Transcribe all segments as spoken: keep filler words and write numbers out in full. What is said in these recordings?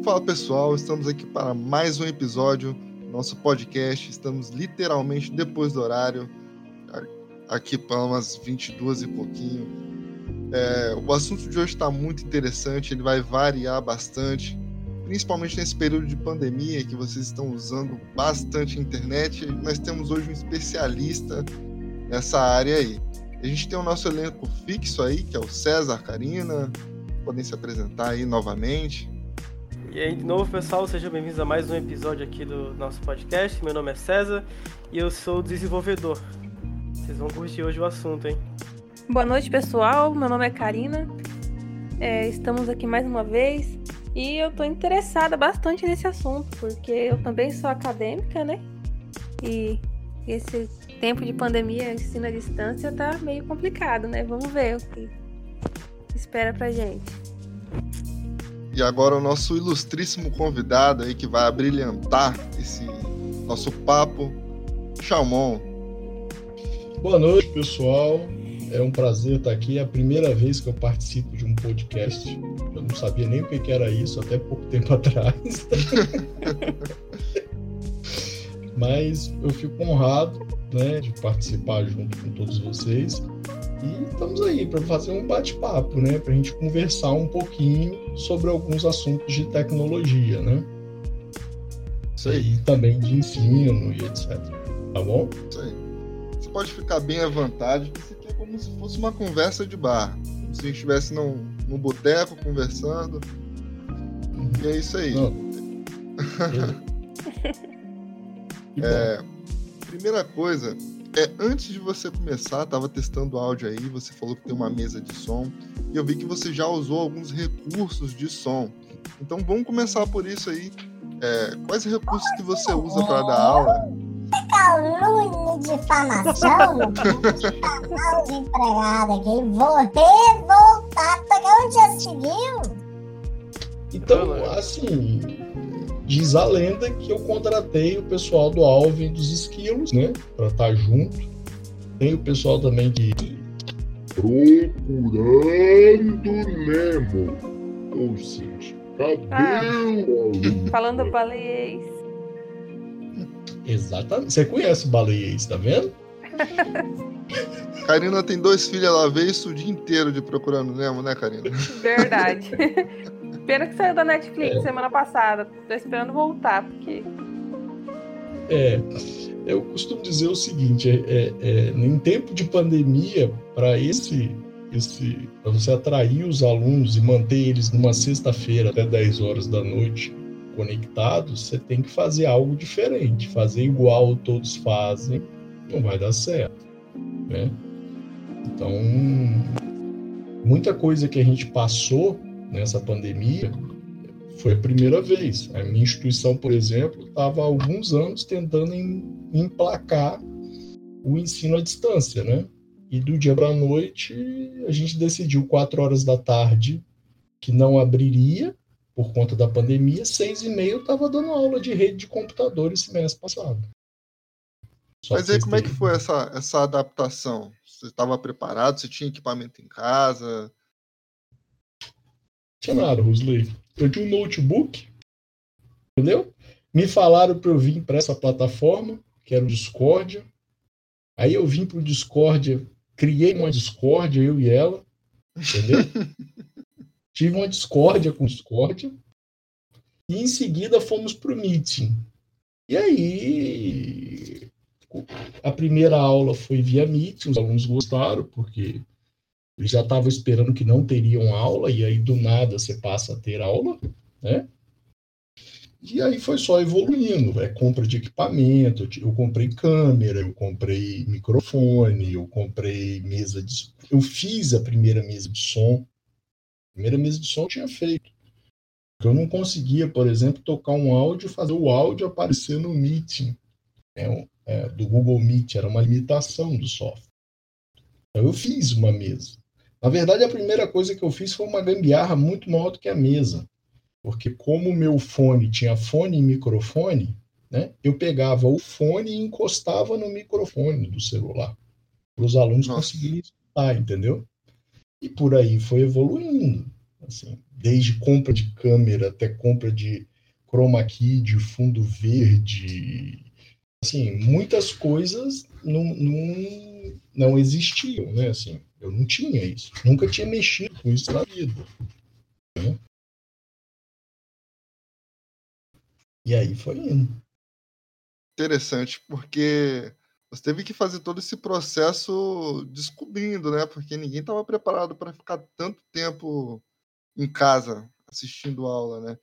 Fala pessoal, estamos aqui para mais um episódio do nosso podcast. Estamos literalmente depois do horário, aqui para umas vinte e duas e pouquinho. É, o assunto de hoje está muito interessante, ele vai variar bastante, principalmente nesse período de pandemia que vocês estão usando bastante a internet. Nós temos hoje um especialista nessa área aí. A gente tem o nosso elenco fixo aí, que é o César, Karina, podem se apresentar aí novamente. E aí, de novo, pessoal, sejam bem-vindos a mais um episódio aqui do nosso podcast. Meu nome é César e eu sou desenvolvedor. Vocês vão curtir hoje o assunto, hein? Boa noite, pessoal. Meu nome é Karina. É, estamos aqui mais uma vez e eu tô interessada bastante nesse assunto, porque eu também sou acadêmica, né? E esse tempo de pandemia, ensino à distância, tá meio complicado, né? Vamos ver o que espera pra gente. E agora o nosso ilustríssimo convidado aí que vai abrilhantar esse nosso papo, Chalmon. Boa noite, pessoal. É um prazer estar aqui. É a primeira vez que eu participo de um podcast. Eu não sabia nem o que era isso até pouco tempo atrás. Mas eu fico honrado, né, de participar junto com todos vocês. E estamos aí para fazer um bate-papo, né? Para a gente conversar um pouquinho sobre alguns assuntos de tecnologia, né? Isso aí. E também de ensino e etcétera. Tá bom? Isso aí. Você pode ficar bem à vontade, que isso aqui é como se fosse uma conversa de bar. Como se a gente estivesse num, num boteco conversando. E é isso aí. é, primeira coisa... É, antes de você começar, estava testando o áudio aí, você falou que tem uma mesa de som, e eu vi que você já usou alguns recursos de som. Então vamos começar por isso aí. É, quais recursos que você usa para dar aula? Calúnia, difamação, canal de empregado aqui, vou revoltar, onde já se viu? Então, assim, diz a lenda que eu contratei o pessoal do Alvin dos Esquilos, né, para estar junto. Tem o pessoal também que... Procurando Nemo. Ou seja, cadê Ah, o aluno? falando baleiês. Exatamente. Você conhece o baleiês, tá vendo? Karina tem dois filhos, ela vê isso o dia inteiro de Procurando Nemo, né, Karina? Verdade. Pena que saiu da Netflix É. semana passada. Tô esperando voltar, porque... É, eu costumo dizer o seguinte, é, é, é, em tempo de pandemia, para esse, esse, para você atrair os alunos e manter eles numa sexta-feira até dez horas da noite conectados, você tem que fazer algo diferente. Fazer igual todos fazem não vai dar certo, né? Então, muita coisa que a gente passou nessa pandemia foi a primeira vez. A minha instituição, por exemplo, estava há alguns anos tentando em, emplacar o ensino à distância, né? E do dia para a noite, a gente decidiu quatro horas da tarde que não abriria por conta da pandemia, seis e meia eu estava dando aula de rede de computadores semestre passado. Só Mas aí que como é que vocês foi essa, essa adaptação? Você estava preparado? Você tinha equipamento em casa? tinha nada, Rosley. Eu tinha um notebook, entendeu? Me falaram para eu vir para essa plataforma, que era o Discordia. Aí eu vim para o Discordia, criei uma Discordia, eu e ela, entendeu? Tive uma Discordia com Discordia. E em seguida fomos para o Meeting. E aí, a primeira aula foi via Meeting, os alunos gostaram, porque eles já estavam esperando que não teriam aula, e aí do nada você passa a ter aula, né? E aí foi só evoluindo, é compra de equipamento, eu comprei câmera, eu comprei microfone, eu comprei mesa de... Eu fiz a primeira mesa de som, a primeira mesa de som eu tinha feito. Eu não conseguia, por exemplo, tocar um áudio e fazer o áudio aparecer no Meeting, né? É, do Google Meet, era uma limitação do software. Então eu fiz uma mesa. Na verdade, a primeira coisa que eu fiz foi uma gambiarra muito maior do que a mesa. Porque como o meu fone tinha fone e microfone, né, eu pegava o fone e encostava no microfone do celular, para os alunos Nossa. conseguirem escutar, entendeu? E por aí foi evoluindo. Assim, desde compra de câmera até compra de chroma key, de fundo verde, assim, muitas coisas não, não, não existiam, né? Assim, eu não tinha isso, nunca tinha mexido com isso na vida. Né? E aí foi indo. Interessante, porque você teve que fazer todo esse processo descobrindo, né? Porque ninguém estava preparado para ficar tanto tempo em casa assistindo aula, né?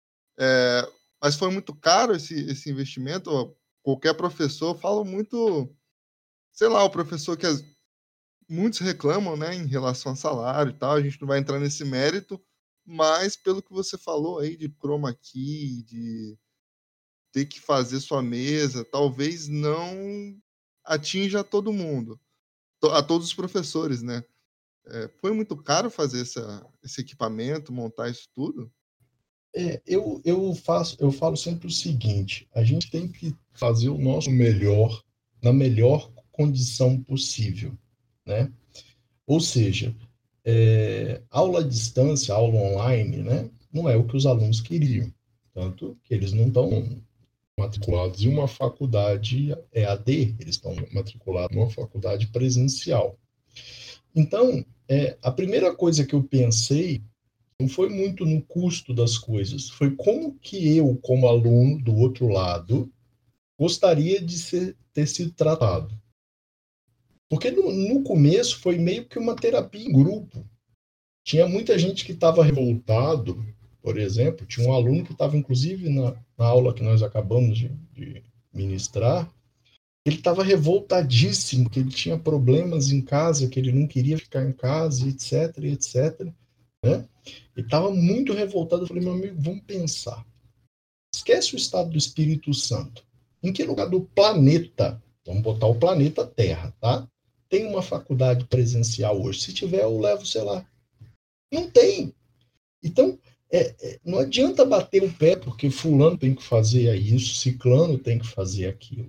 É, mas foi muito caro esse, esse investimento? Qualquer professor fala muito, sei lá, o professor que as, muitos reclamam, né, em relação a salário e tal, a gente não vai entrar nesse mérito, mas pelo que você falou aí de chroma key, de ter que fazer sua mesa, talvez não atinja todo mundo, a todos os professores, né? É, foi muito caro fazer essa, esse equipamento, montar isso tudo? É, eu, eu, faço, eu falo sempre o seguinte, a gente tem que fazer o nosso melhor, na melhor condição possível, né? Ou seja, é, aula à distância, aula online, né? Não é o que os alunos queriam, tanto que eles não estão matriculados em uma faculdade E A D, eles estão matriculados numa faculdade presencial. Então, é, a primeira coisa que eu pensei não foi muito no custo das coisas, foi como que eu, como aluno do outro lado, gostaria de ser, ter sido tratado. Porque no, no começo foi meio que uma terapia em grupo. Tinha muita gente que estava revoltado, por exemplo, tinha um aluno que estava, inclusive, na, na aula que nós acabamos de, de ministrar, ele estava revoltadíssimo, que ele tinha problemas em casa, que ele não queria ficar em casa, etc, etc, né? Ele estava muito revoltado. Eu falei, meu amigo, vamos pensar. Esquece o estado do Espírito Santo. Em que lugar do planeta, vamos botar o planeta Terra, tá? Tem uma faculdade presencial hoje. Se tiver, eu levo, sei lá. Não tem. Então, é, é, não adianta bater o pé porque fulano tem que fazer isso, ciclano tem que fazer aquilo.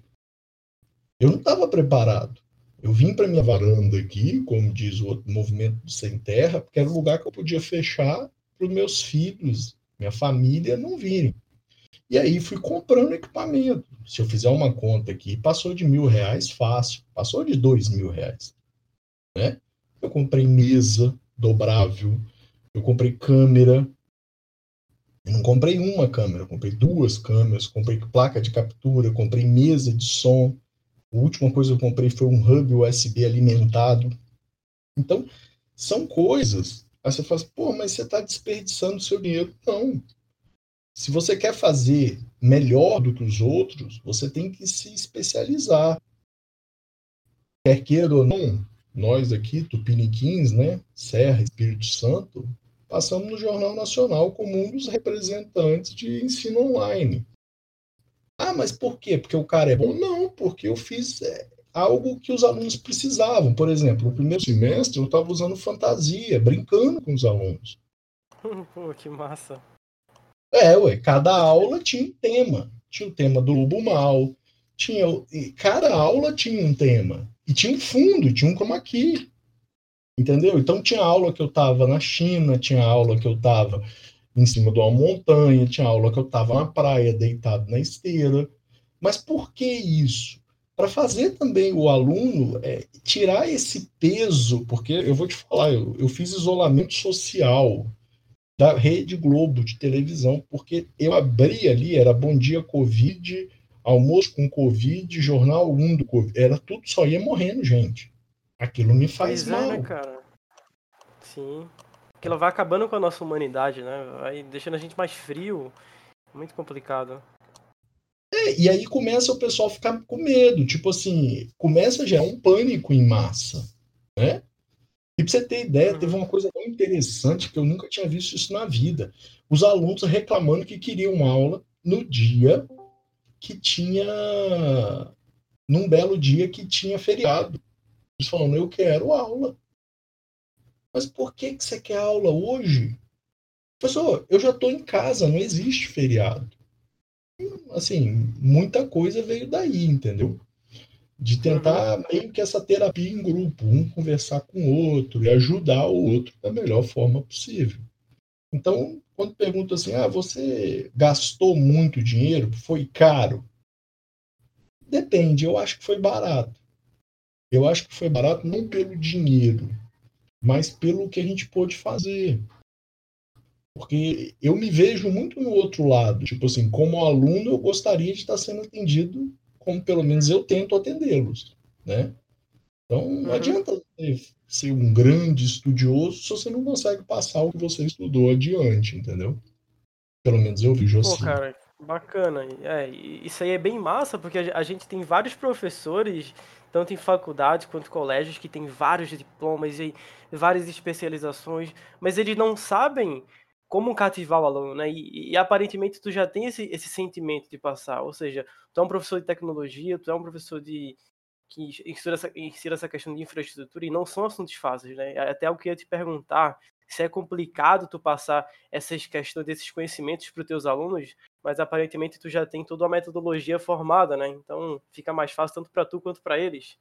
Eu não estava preparado. Eu vim para minha varanda aqui, como diz o outro movimento do Sem Terra, porque era o lugar que eu podia fechar para os meus filhos, minha família, não virem. E aí fui comprando equipamento. Se eu fizer uma conta aqui, passou de mil reais fácil, passou de dois mil reais. Né? Eu comprei mesa dobrável, eu comprei câmera. Eu não comprei uma câmera, eu comprei duas câmeras, comprei placa de captura, comprei mesa de som. A última coisa que eu comprei foi um hub U S B alimentado. Então, são coisas. Aí você fala assim, pô, mas você está desperdiçando seu dinheiro. Não. Se você quer fazer melhor do que os outros, você tem que se especializar. Quer queira ou não, nós aqui, tupiniquins, né, Serra, Espírito Santo, passamos no Jornal Nacional como um dos representantes de ensino online. Ah, mas por quê? Porque o cara é bom? Não, porque eu fiz é, algo que os alunos precisavam. Por exemplo, no primeiro semestre eu estava usando fantasia, brincando com os alunos. Pô, que massa. É, ué, cada aula tinha um tema. Tinha o tema do lobo mal, tinha, cada aula tinha um tema. E tinha um fundo, tinha um chroma key. Entendeu? Então tinha aula que eu estava na China, tinha aula que eu estava em cima de uma montanha, tinha aula que eu estava na praia, deitado na esteira. Mas por que isso? Para fazer também o aluno é, tirar esse peso, porque eu vou te falar, eu, eu fiz isolamento social da Rede Globo de televisão, porque eu abri ali, era Bom Dia Covid, almoço com Covid, Jornal um do Covid, era tudo, só ia morrendo gente. Aquilo me faz Pois mal. é, né, cara? Sim. Aquilo vai acabando com a nossa humanidade, né? Vai deixando a gente mais frio. Muito complicado. É, e aí começa o pessoal a ficar com medo, tipo assim, começa a gerar um pânico em massa, né? E pra você ter ideia, Uhum. teve uma coisa tão interessante que eu nunca tinha visto isso na vida. Os alunos reclamando que queriam aula no dia que tinha, num belo dia que tinha feriado. Eles falando, eu quero aula. Mas por que, que você quer aula hoje? Professor, eu já estou em casa, não existe feriado. Assim, muita coisa veio daí, entendeu? De tentar uhum. meio que essa terapia em grupo, um conversar com o outro e ajudar o outro da melhor forma possível. Então, quando pergunto assim, ah, você gastou muito dinheiro? Foi caro? Depende, eu acho que foi barato. Eu acho que foi barato não pelo dinheiro, mas pelo que a gente pôde fazer. Porque eu me vejo muito no outro lado. Tipo assim, como aluno, eu gostaria de estar sendo atendido como pelo menos eu tento atendê-los, né? Então, não Uhum. adianta você ser um grande estudioso se você não consegue passar o que você estudou adiante, entendeu? Pelo menos eu vejo Pô, assim. cara, bacana. É, e isso aí é bem massa, porque a a gente tem vários professores, tanto em faculdades quanto colégios, que tem vários diplomas e várias especializações, mas eles não sabem como cativar o aluno, né? E, e aparentemente tu já tem esse, esse sentimento de passar, ou seja, tu é um professor de tecnologia, tu é um professor de que ensina essa, ensina essa questão de infraestrutura e não são assuntos fáceis, né? Até eu queria te perguntar se é complicado tu passar essas questões, desses conhecimentos para os teus alunos, mas aparentemente tu já tem toda uma metodologia formada, né? Então fica mais fácil tanto para tu quanto para eles.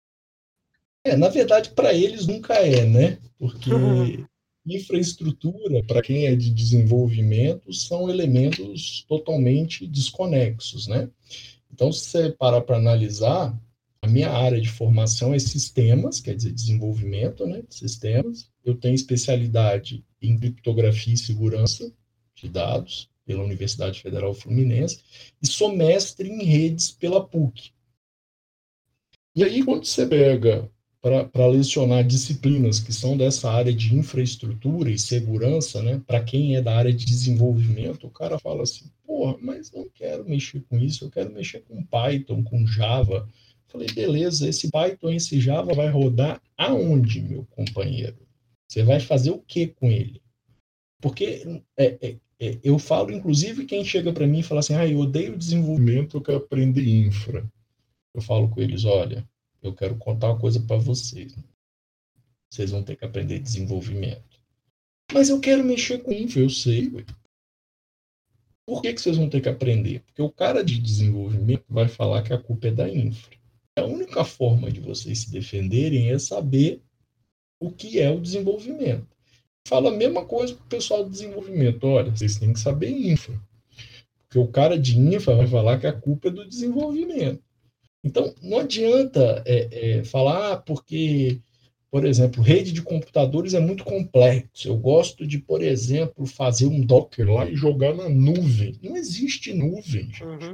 É, na verdade, para eles nunca é, né? Porque infraestrutura, para quem é de desenvolvimento, são elementos totalmente desconexos, né? Então, se você parar para analisar, a minha área de formação é sistemas, quer dizer, desenvolvimento, né? Sistemas. Eu tenho especialidade em criptografia e segurança de dados pela Universidade Federal Fluminense e sou mestre em redes pela P U C. E aí, quando você pega para lecionar disciplinas que são dessa área de infraestrutura e segurança, né? Para quem é da área de desenvolvimento, o cara fala assim, porra, mas não quero mexer com isso, eu quero mexer com Python, com Java. Falei, beleza, esse Python, esse Java vai rodar aonde, meu companheiro? Você vai fazer o que com ele? Porque é, é, é, eu falo, inclusive, quem chega para mim e fala assim, ah, eu odeio desenvolvimento, eu quero aprender infra. Eu falo com eles, olha, eu quero contar uma coisa para vocês. Vocês vão ter que aprender desenvolvimento. Mas eu quero mexer com infra, eu sei. Ué. Por que, que vocês vão ter que aprender? Porque o cara de desenvolvimento vai falar que a culpa é da infra. A única forma de vocês se defenderem é saber o que é o desenvolvimento. Fala a mesma coisa para o pessoal do desenvolvimento. Olha, vocês têm que saber infra. Porque o cara de infra vai falar que a culpa é do desenvolvimento. Então, não adianta é, é, falar, ah, porque, por exemplo, rede de computadores é muito complexo. Eu gosto de, por exemplo, fazer um Docker lá e jogar na nuvem. Não existe nuvem, gente. Uhum.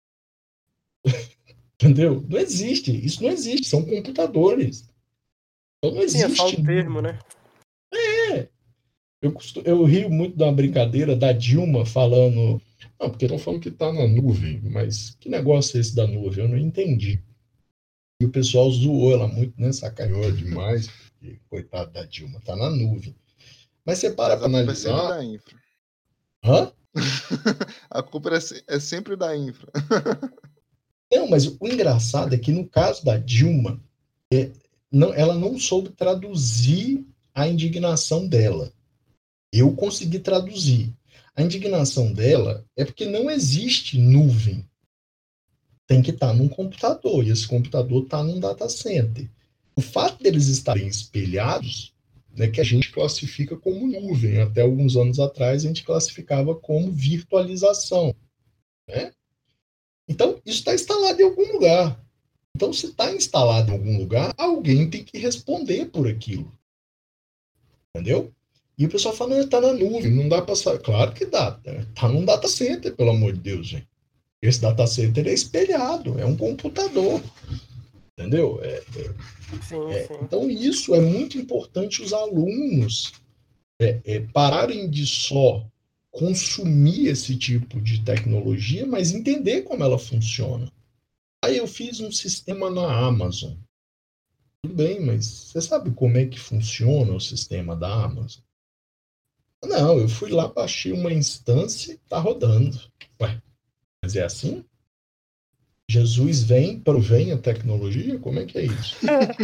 Entendeu? Não existe. Isso não existe. São computadores. Então, não Sim, é só existe o termo, nuvem. né? É. Eu, costumo, eu rio muito da brincadeira da Dilma falando... Não, porque estão falando que está na nuvem. Mas que negócio é esse da nuvem? Eu não entendi. E o pessoal zoou ela muito, né? Sacaneou demais. Porque, coitado da Dilma, tá na nuvem. Mas você para para Mas a culpa é sempre analisar. da infra. Hã? A culpa é, se- é sempre da infra. Não, mas o engraçado é que no caso da Dilma, é, não, ela não soube traduzir a indignação dela. Eu consegui traduzir. A indignação dela é porque não existe nuvem. Tem que estar num computador, e esse computador está num data center. O fato deles estarem espelhados, né, que a gente classifica como nuvem. Até alguns anos atrás, a gente classificava como virtualização. Né? Então, isso está instalado em algum lugar. Então, se está instalado em algum lugar, alguém tem que responder por aquilo. Entendeu? E o pessoal fala, não, está na nuvem, não dá para saber. Claro que dá. Está num data center, pelo amor de Deus, gente. Esse data center é espelhado, é um computador. Entendeu? É, é, Sim, é, sim. então, isso é muito importante os alunos é, é, pararem de só consumir esse tipo de tecnologia, mas entender como ela funciona. Aí eu fiz um sistema na Amazon. Tudo bem, mas você sabe como é que funciona o sistema da Amazon? Não, eu fui lá, baixei uma instância e está rodando. Ué, mas é assim? Jesus vem, provém a tecnologia? Como é que é isso?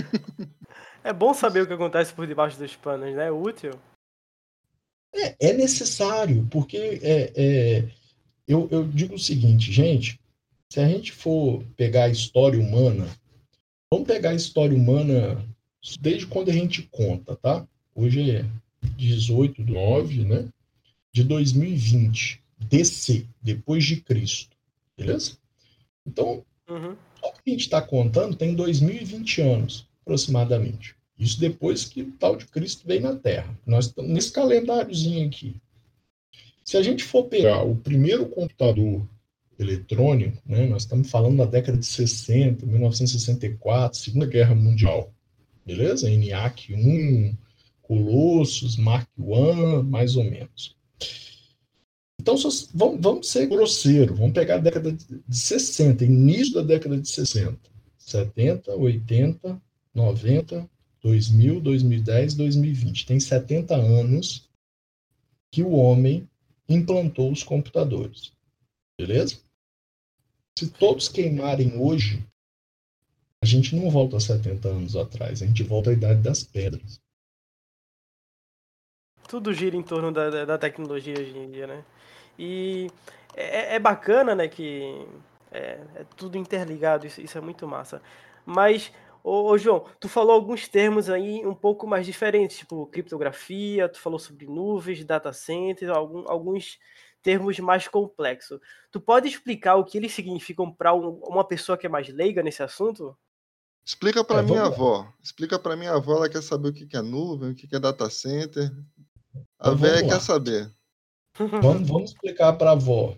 É bom saber o que acontece por debaixo dos panos, né? É útil. É, é necessário, porque é, é, eu, eu digo o seguinte, gente, se a gente for pegar a história humana, vamos pegar a história humana desde quando a gente conta, tá? Hoje é dezoito do nove, né? de dois mil e vinte, D C, depois de Cristo, beleza? Então, Uhum. o que a gente está contando tem dois mil e vinte anos, aproximadamente. Isso depois que o tal de Cristo veio na Terra. Nós estamos nesse calendáriozinho aqui. Se a gente for pegar o primeiro computador eletrônico, né, nós estamos falando da década de sessenta, mil novecentos e sessenta e quatro, Segunda Guerra Mundial, beleza? ENIAC um, Colossus, Mark um, mais ou menos. Então, vamos, vamos ser grosseiro, vamos pegar a década de sessenta, início da década de sessenta, setenta, oitenta, noventa, dois mil, dois mil e dez, dois mil e vinte. Tem setenta anos que o homem implantou os computadores, beleza? Se todos queimarem hoje, a gente não volta a setenta anos atrás, a gente volta à Idade das Pedras. Tudo gira em torno da, da, da tecnologia hoje em dia, né? E é, é bacana, né, que é, é tudo interligado, isso, isso é muito massa. Mas, ô, ô João, tu falou alguns termos aí um pouco mais diferentes, tipo criptografia, tu falou sobre nuvens, data centers, algum, alguns termos mais complexos. Tu pode explicar o que eles significam para um, uma pessoa que é mais leiga nesse assunto? Explica para É, minha vamos lá. avó. Explica para minha avó, ela quer saber o que que é nuvem, o que que é data center. A Então, véia vamos quer lá. saber. Vamos, vamos explicar para a avó.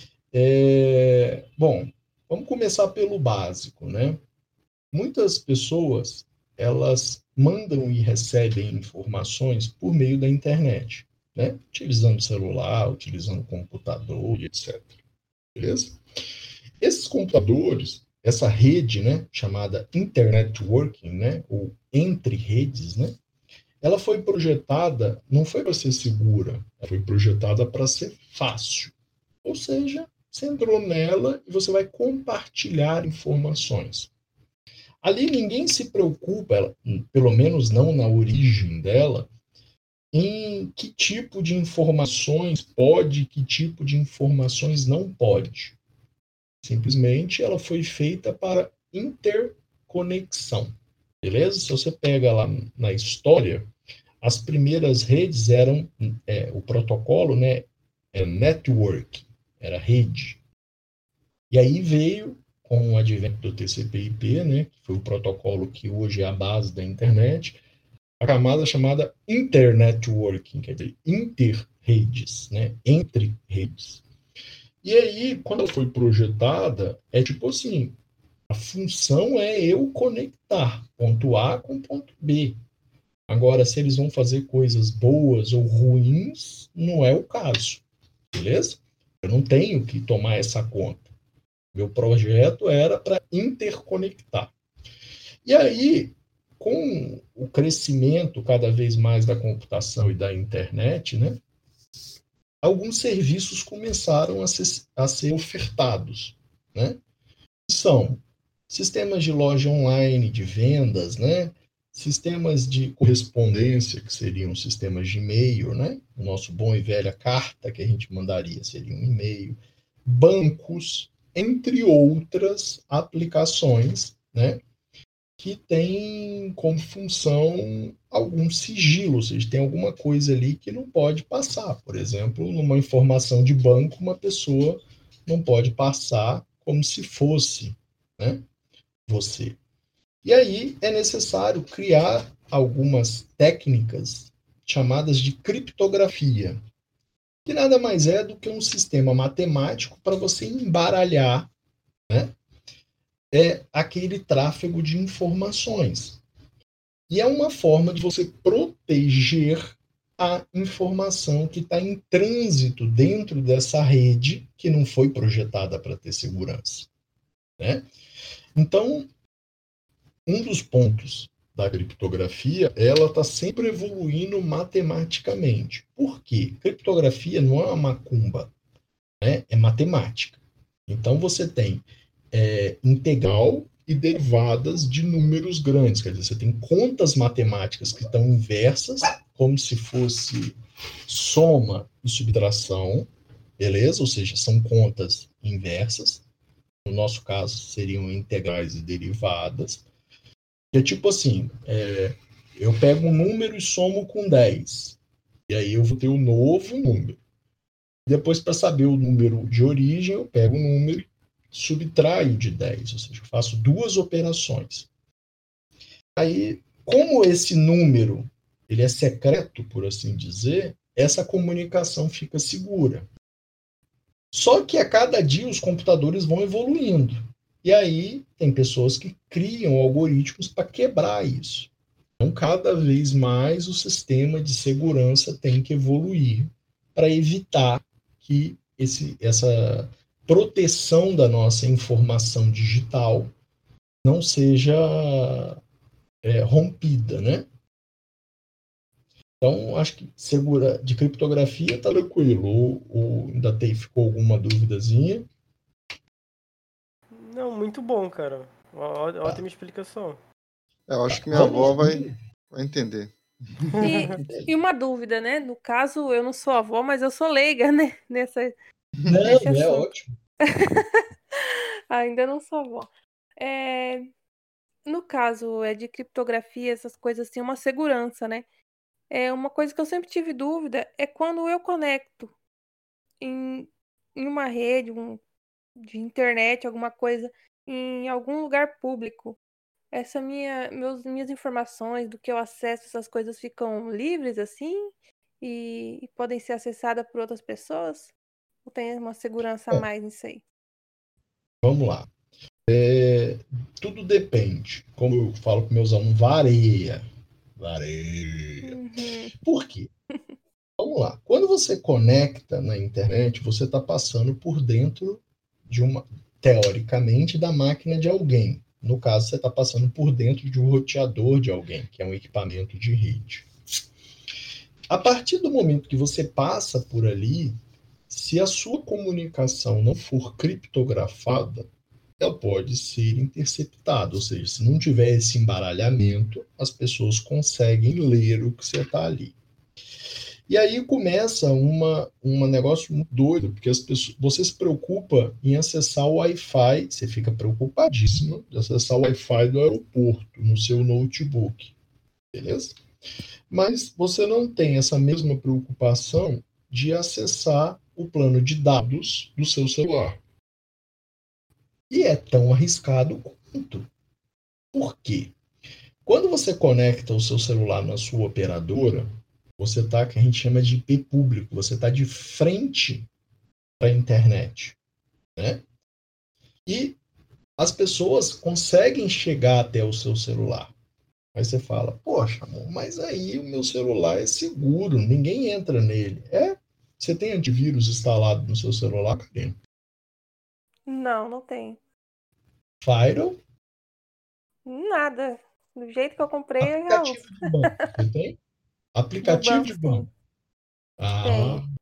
É, bom, vamos começar pelo básico, né? Muitas pessoas, elas mandam e recebem informações por meio da internet, né? Utilizando celular, utilizando computador, etcétera. Beleza? Esses computadores, essa rede, né, chamada Internetworking, né, ou entre redes, né, ela foi projetada, não foi para ser segura, ela foi projetada para ser fácil. Ou seja, você entrou nela e você vai compartilhar informações. Ali ninguém se preocupa, ela, pelo menos não na origem dela, em que tipo de informações pode, que tipo de informações não pode. Simplesmente ela foi feita para interconexão. Beleza? Se você pega lá na história, as primeiras redes eram, é, o protocolo, né, é network, era rede. E aí veio, com o advento do T C P I P, né, que foi o protocolo que hoje é a base da internet, a camada chamada internetworking, quer dizer, inter-redes, né, entre redes. E aí, quando ela foi projetada, é tipo assim, a função é eu conectar ponto A com ponto B. Agora, se eles vão fazer coisas boas ou ruins, não é o caso, beleza? Eu não tenho que tomar essa conta. Meu projeto era para interconectar. E aí, com o crescimento cada vez mais da computação e da internet, né, alguns serviços começaram a ser, a ser ofertados, né? São sistemas de loja online, de vendas, né? Sistemas de correspondência, que seriam sistemas de e-mail, né? O nosso bom e velha carta que a gente mandaria seria um e-mail. Bancos, entre outras aplicações, né? Que tem como função algum sigilo, ou seja, tem alguma coisa ali que não pode passar. Por exemplo, numa informação de banco, uma pessoa não pode passar como se fosse, né, você. E aí é necessário criar algumas técnicas chamadas de criptografia, que nada mais é do que um sistema matemático para você embaralhar, né, é aquele tráfego de informações. E é uma forma de você proteger a informação que está em trânsito dentro dessa rede que não foi projetada para ter segurança, né? Então, um dos pontos da criptografia, ela está sempre evoluindo matematicamente. Por quê? Criptografia não é uma macumba, né? É matemática. Então, você tem é, integral e derivadas de números grandes. Quer dizer, você tem contas matemáticas que estão inversas, como se fosse soma e subtração, beleza? Ou seja, são contas inversas. No nosso caso, seriam integrais e derivadas. É tipo assim, é, eu pego um número e somo com dez. E aí eu vou ter um novo número. Depois, para saber o número de origem, eu pego o número e subtraio de dez, ou seja, eu faço duas operações. Aí, como esse número ele é secreto, por assim dizer, essa comunicação fica segura. Só que a cada dia os computadores vão evoluindo. E aí tem pessoas que criam algoritmos para quebrar isso. Então, cada vez mais o sistema de segurança tem que evoluir para evitar que esse, essa proteção da nossa informação digital não seja é, rompida, né? Então, acho que segura, de criptografia está tranquilo. Ou, ou ainda tem, ficou alguma duvidazinha? Não, muito bom, cara. Ó- ó- Tá. Ótima explicação. É, eu acho que minha avó vai, vai entender. E, e uma dúvida, né? No caso, eu não sou avó, mas eu sou leiga, né? Nessa, Não, nesse é assunto. ótimo. Ainda não sou avó. É, no caso, é de criptografia, essas coisas assim, uma segurança, né? É uma coisa que eu sempre tive dúvida é quando eu conecto em, em uma rede, um, de internet, alguma coisa, em algum lugar público. Essa minha, meus, minhas informações do que eu acesso, essas coisas ficam livres assim e, e podem ser acessadas por outras pessoas? Ou tem uma segurança a Bom, mais nisso aí? vamos lá. É, tudo depende. Como eu falo para meus alunos, varia. Varia. Uhum. Por quê? Vamos lá. Quando você conecta na internet, você está passando por dentro de uma, teoricamente, da máquina de alguém. No caso, você está passando por dentro de um roteador de alguém, que é um equipamento de rede. A partir do momento que você passa por ali, se a sua comunicação não for criptografada, ela pode ser interceptada, ou seja, se não tiver esse embaralhamento, as pessoas conseguem ler o que você está ali. E aí começa uma, um negócio muito doido, porque as pessoas, você se preocupa em acessar o Wi-Fi, você fica preocupadíssimo de acessar o Wi-Fi do aeroporto no seu notebook, beleza? Mas você não tem essa mesma preocupação de acessar o plano de dados do seu celular. E é tão arriscado quanto. Por quê? Quando você conecta o seu celular na sua operadora, você está, que a gente chama de I P público, você está de frente para a internet, né? E as pessoas conseguem chegar até o seu celular. Aí você fala, poxa, amor, mas aí o meu celular é seguro, ninguém entra nele. É? Você tem antivírus instalado no seu celular, Karina? Não, não tem. Firewall? Nada. Do jeito que eu comprei, eu já uso. Aplicativo de banco, você tem? Do Aplicativo banco, de sim. banco. Ah, Tem.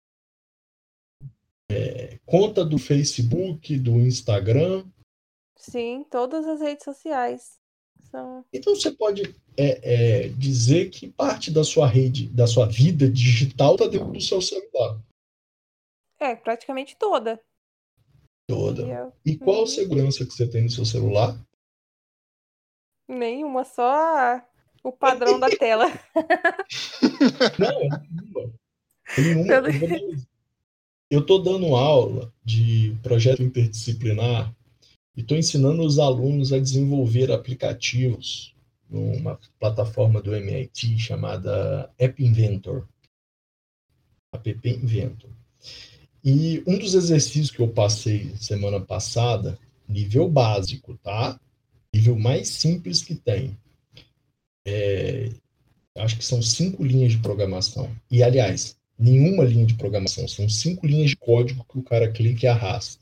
conta do Facebook, do Instagram. Sim, todas as redes sociais. São... Então você pode é, é, dizer que parte da sua rede, da sua vida digital está dentro do seu celular. É, praticamente toda. Toda. E eu... E qual Uhum. a segurança que você tem no seu celular? Nenhuma, só a- o padrão da tela. Não, é nenhuma. Nenhuma. Pelo- Eu vou dar um- Eu estou dando aula de projeto interdisciplinar e estou ensinando os alunos a desenvolver aplicativos numa plataforma do M I T chamada App Inventor. App Inventor. E um dos exercícios que eu passei semana passada, nível básico, tá? Nível mais simples que tem. É, acho que são cinco linhas de programação. E, aliás, nenhuma linha de programação. São cinco linhas de código que o cara clica e arrasta.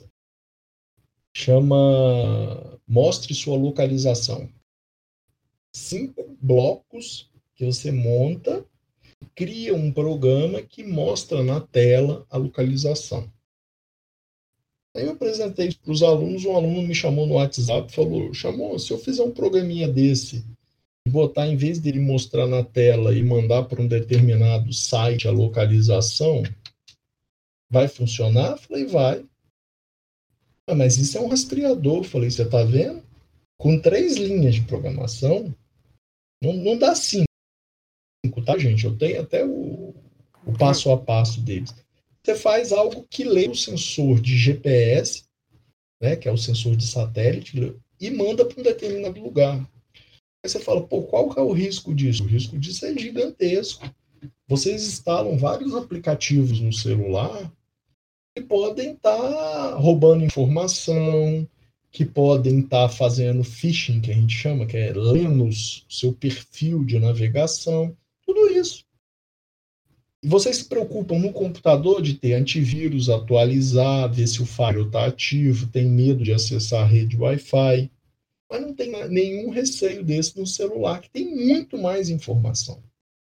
Chama Mostre sua localização. Cinco blocos que você monta, cria um programa que mostra na tela a localização. Aí eu apresentei isso para os alunos, um aluno me chamou no WhatsApp e falou, chamou, se eu fizer um programinha desse e botar, em vez dele mostrar na tela e mandar para um determinado site a localização, vai funcionar? Eu falei, vai. Ah, mas isso é um rastreador. Eu falei, você está vendo? Com três linhas de programação, não, não dá cinco, tá, gente? Eu tenho até o, o passo a passo deles. você faz algo que lê o sensor de G P S, né, que é o sensor de satélite, e manda para um determinado lugar. Aí você fala, pô, qual que é o risco disso? O risco disso é gigantesco. Vocês instalam vários aplicativos no celular que podem estar tá roubando informação, que podem estar tá fazendo phishing, que a gente chama, que é lendo o seu perfil de navegação, tudo isso. E vocês se preocupam no computador de ter antivírus, atualizar, ver se o firewall está ativo, tem medo de acessar a rede Wi-Fi, mas não tem nenhum receio desse no celular, que tem muito mais informação.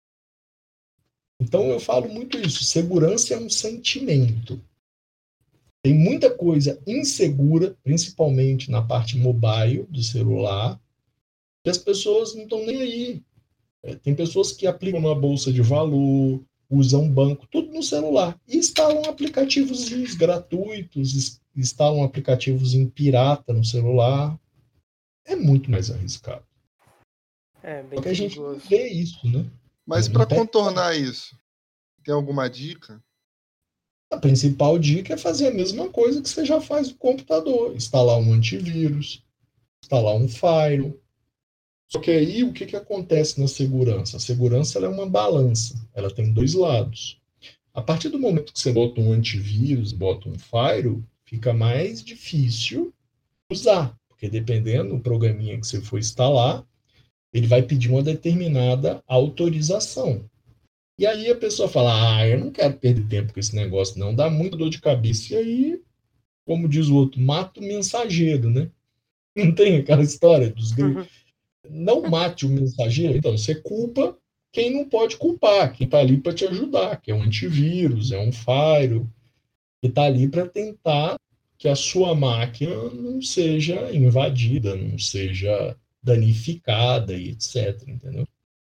Então eu falo muito isso, segurança é um sentimento. Tem muita coisa insegura, principalmente na parte mobile do celular, que as pessoas não estão nem aí. Tem pessoas que aplicam na bolsa de valor, usam banco, tudo no celular. E instalam aplicativos gratuitos, instalam aplicativos em pirata no celular. É muito mais arriscado. É, bem Porque a gente perigoso. não vê isso, né? Mas para contornar isso, tem alguma dica? A principal dica é fazer a mesma coisa que você já faz no computador. Instalar um antivírus, instalar um firewall. Só que aí o que, que acontece na segurança? A segurança ela é uma balança. Ela tem dois lados. A partir do momento que você bota um antivírus, bota um firewall, fica mais difícil usar. Porque dependendo do programinha que você for instalar, ele vai pedir uma determinada autorização. E aí a pessoa fala, ah, eu não quero perder tempo com esse negócio, não, dá muita dor de cabeça. E aí, como diz o outro, mata o mensageiro, né? Não tem aquela história dos gregos? Uhum. Não mate o mensageiro, então você culpa quem não pode culpar, quem está ali para te ajudar, que é um antivírus, é um firewall, que está ali para tentar que a sua máquina não seja invadida, não seja danificada e etcétera, entendeu?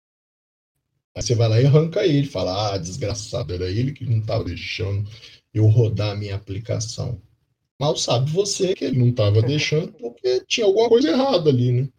Aí você vai lá e arranca ele, fala, ah, desgraçado, era ele que não estava deixando eu rodar a minha aplicação. Mal sabe você que ele não estava deixando porque tinha alguma coisa errada ali, né?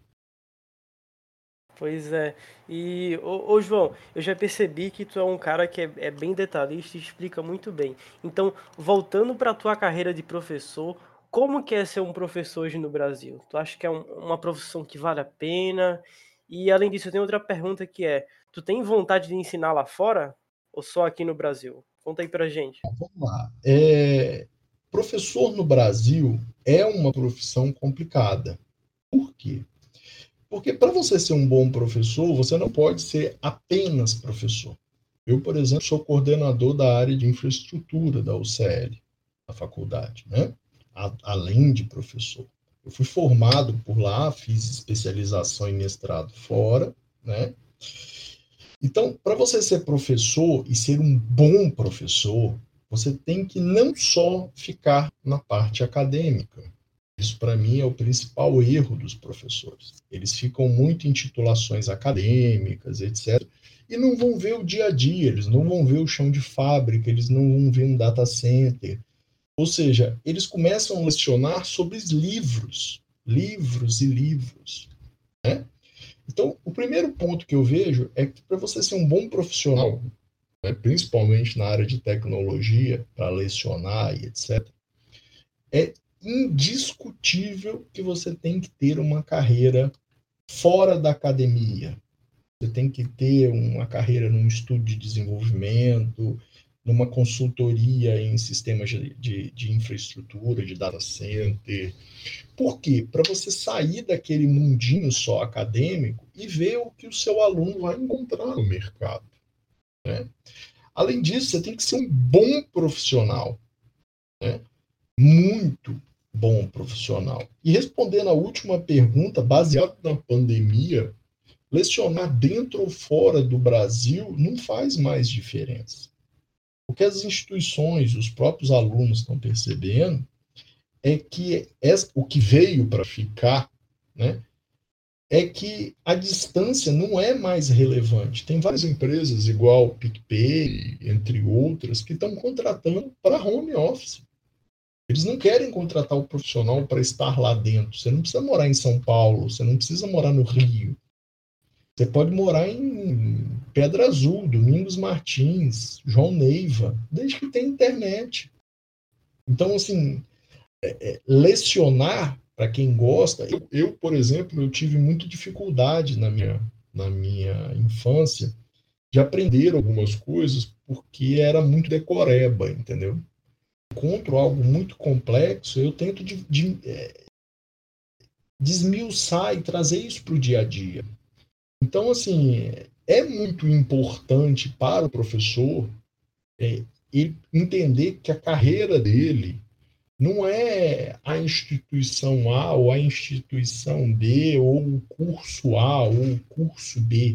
Pois é. E, ô, ô João, eu já percebi que tu é um cara que é, é bem detalhista e explica muito bem. Então, voltando para a tua carreira de professor, como que é ser um professor hoje no Brasil? Tu acha que é um, uma profissão que vale a pena? E, além disso, eu tenho outra pergunta que é, tu tem vontade de ensinar lá fora ou só aqui no Brasil? Conta aí pra gente. Vamos lá. É, professor no Brasil é uma profissão complicada. Por quê? Porque para você ser um bom professor, você não pode ser apenas professor. Eu, por exemplo, sou coordenador da área de infraestrutura da U C L, da faculdade, né? A, além de professor. Eu fui formado por lá, fiz especialização e mestrado fora, né? Então, para você ser professor e ser um bom professor, você tem que não só ficar na parte acadêmica. Isso, para mim, é o principal erro dos professores. Eles ficam muito em titulações acadêmicas, etcétera, e não vão ver o dia a dia, eles não vão ver o chão de fábrica, eles não vão ver um data center. Ou seja, eles começam a lecionar sobre os livros, livros e livros, né? Então, o primeiro ponto que eu vejo é que para você ser um bom profissional, né, principalmente na área de tecnologia, para lecionar e etcétera, é indiscutível que você tem que ter uma carreira fora da academia. Você tem que ter uma carreira num estudo de desenvolvimento, numa consultoria em sistemas de, de, de infraestrutura, de data center. Por quê? Para você sair daquele mundinho só acadêmico e ver o que o seu aluno vai encontrar no mercado, né? Além disso, você tem que ser um bom profissional, né? Muito bom profissional. E respondendo a última pergunta, baseado na pandemia, lecionar dentro ou fora do Brasil não faz mais diferença. O que as instituições, os próprios alunos estão percebendo é que essa, o que veio para ficar, né, é que a distância não é mais relevante. Tem várias empresas, igual o PicPay, entre outras, que estão contratando para home office. Eles não querem contratar o profissional para estar lá dentro. Você não precisa morar em São Paulo, você não precisa morar no Rio. Você pode morar em Pedra Azul, Domingos Martins, João Neiva, desde que tem internet. Então, assim, é, é, lecionar, para quem gosta, eu, eu, por exemplo, eu tive muita dificuldade na minha, na minha infância de aprender algumas coisas porque era muito decoreba, entendeu? Encontro algo muito complexo, eu tento de, de, é, desmiuçar e trazer isso para o dia a dia. Então, assim, é muito importante para o professor é, ele entender que a carreira dele não é a instituição A ou a instituição B, ou o curso A ou o curso B.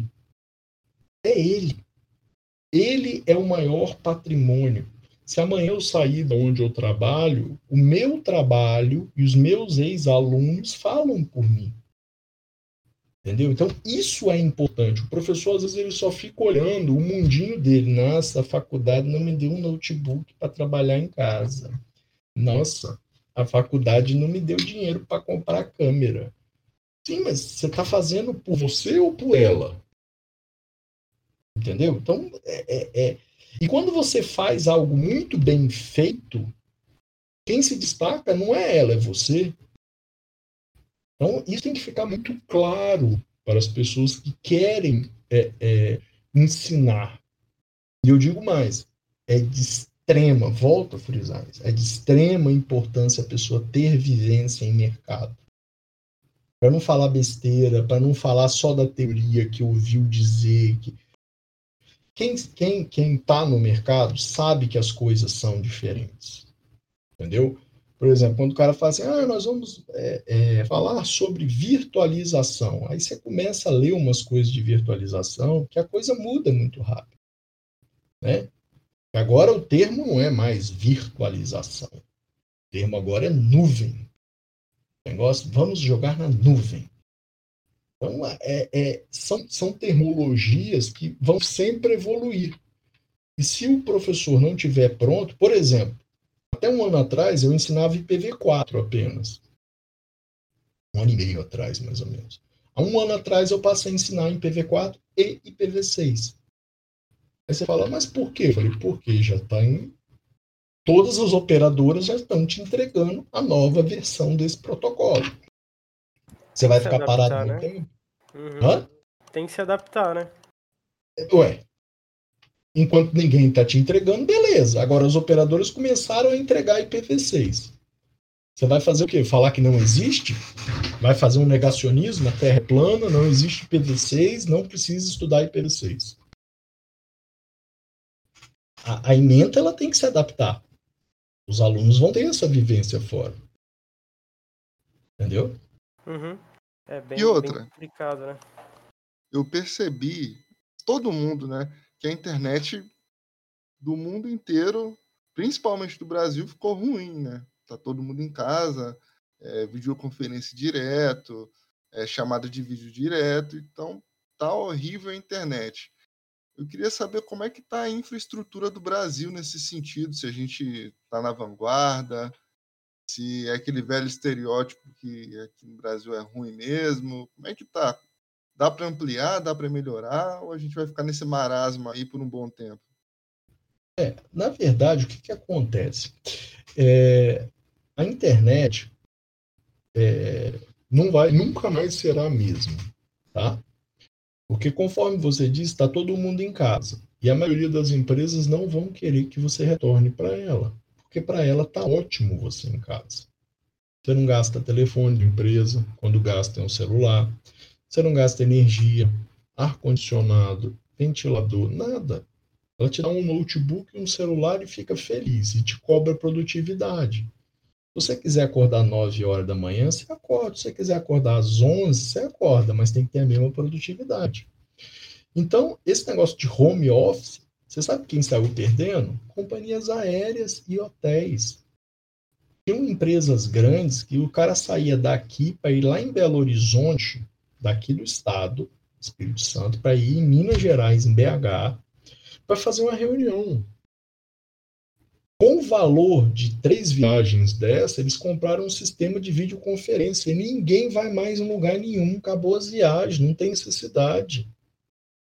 É ele. Ele é o maior patrimônio. Se amanhã eu sair de onde eu trabalho, o meu trabalho e os meus ex-alunos falam por mim. Entendeu? Então, isso é importante. O professor, às vezes, ele só fica olhando o mundinho dele. Nossa, a faculdade não me deu um notebook para trabalhar em casa. Nossa, a faculdade não me deu dinheiro para comprar câmera. Sim, mas você está fazendo por você ou por ela? Entendeu? Então, é, é, é... E quando você faz algo muito bem feito, quem se destaca não é ela, é você. Então, isso tem que ficar muito claro para as pessoas que querem é, é, ensinar. E eu digo mais, é de extrema, volto a frisar isso, é de extrema importância a pessoa ter vivência em mercado. Para não falar besteira, para não falar só da teoria que ouviu dizer. Que... Quem quem quem está no mercado sabe que as coisas são diferentes. Entendeu? Por exemplo, quando o cara fala assim, ah, nós vamos é, é, falar sobre virtualização. Aí você começa a ler umas coisas de virtualização, que a coisa muda muito rápido. Né? Agora o termo não é mais virtualização. O termo agora é nuvem. O negócio, vamos jogar na nuvem. Então, é, é, são, são terminologias que vão sempre evoluir. E se o professor não estiver pronto, por exemplo, até um ano atrás, eu ensinava I P v quatro apenas. Um ano e meio atrás, mais ou menos. Há um ano atrás, eu passei a ensinar I P v quatro e I P v seis. Aí você fala, mas por quê? Eu falei, porque já está em... Todas as operadoras já estão te entregando a nova versão desse protocolo. Você vai ficar adaptar, parado né? no tempo? Uhum. Hã? Tem que se adaptar, né? Ué. Enquanto ninguém está te entregando, beleza. Agora as operadoras começaram a entregar I P v seis. Você vai fazer o quê? Falar que não existe? Vai fazer um negacionismo? A Terra é plana, não existe I P v seis, não precisa estudar I P v seis. A, a ementa ela tem que se adaptar. Os alunos vão ter essa vivência fora. Entendeu? Uhum. É bem, E outra? bem complicado, né? Eu percebi, todo mundo, né, que a internet do mundo inteiro, principalmente do Brasil, ficou ruim, né? Tá todo mundo em casa, é, videoconferência direto, é, chamada de vídeo direto, então tá horrível a internet. Eu queria saber como é que tá a infraestrutura do Brasil nesse sentido, se a gente tá na vanguarda, se é aquele velho estereótipo que aqui no Brasil é ruim mesmo, como é que tá? Dá para ampliar, dá para melhorar, ou a gente vai ficar nesse marasmo aí por um bom tempo? É, na verdade, o que, que acontece? É, a internet é, não vai, nunca mais será a mesma, tá? Porque conforme você disse, está todo mundo em casa. E a maioria das empresas não vão querer que você retorne para ela. Porque para ela está ótimo você em casa. Você não gasta telefone de empresa, quando gasta é um celular. Você não gasta energia, ar-condicionado, ventilador, nada. Ela te dá um notebook e um celular e fica feliz. E te cobra produtividade. Se você quiser acordar nove horas da manhã, você acorda. Se você quiser acordar às onze, você acorda, mas tem que ter a mesma produtividade. Então, esse negócio de home office, você sabe quem saiu perdendo? Companhias aéreas e hotéis. Tinham empresas grandes que o cara saía daqui para ir lá em Belo Horizonte, daqui do estado, Espírito Santo, para ir em Minas Gerais, em B H, para fazer uma reunião. Com o valor de três viagens dessa, eles compraram um sistema de videoconferência. E ninguém vai mais em lugar nenhum. Acabou as viagens, não tem necessidade.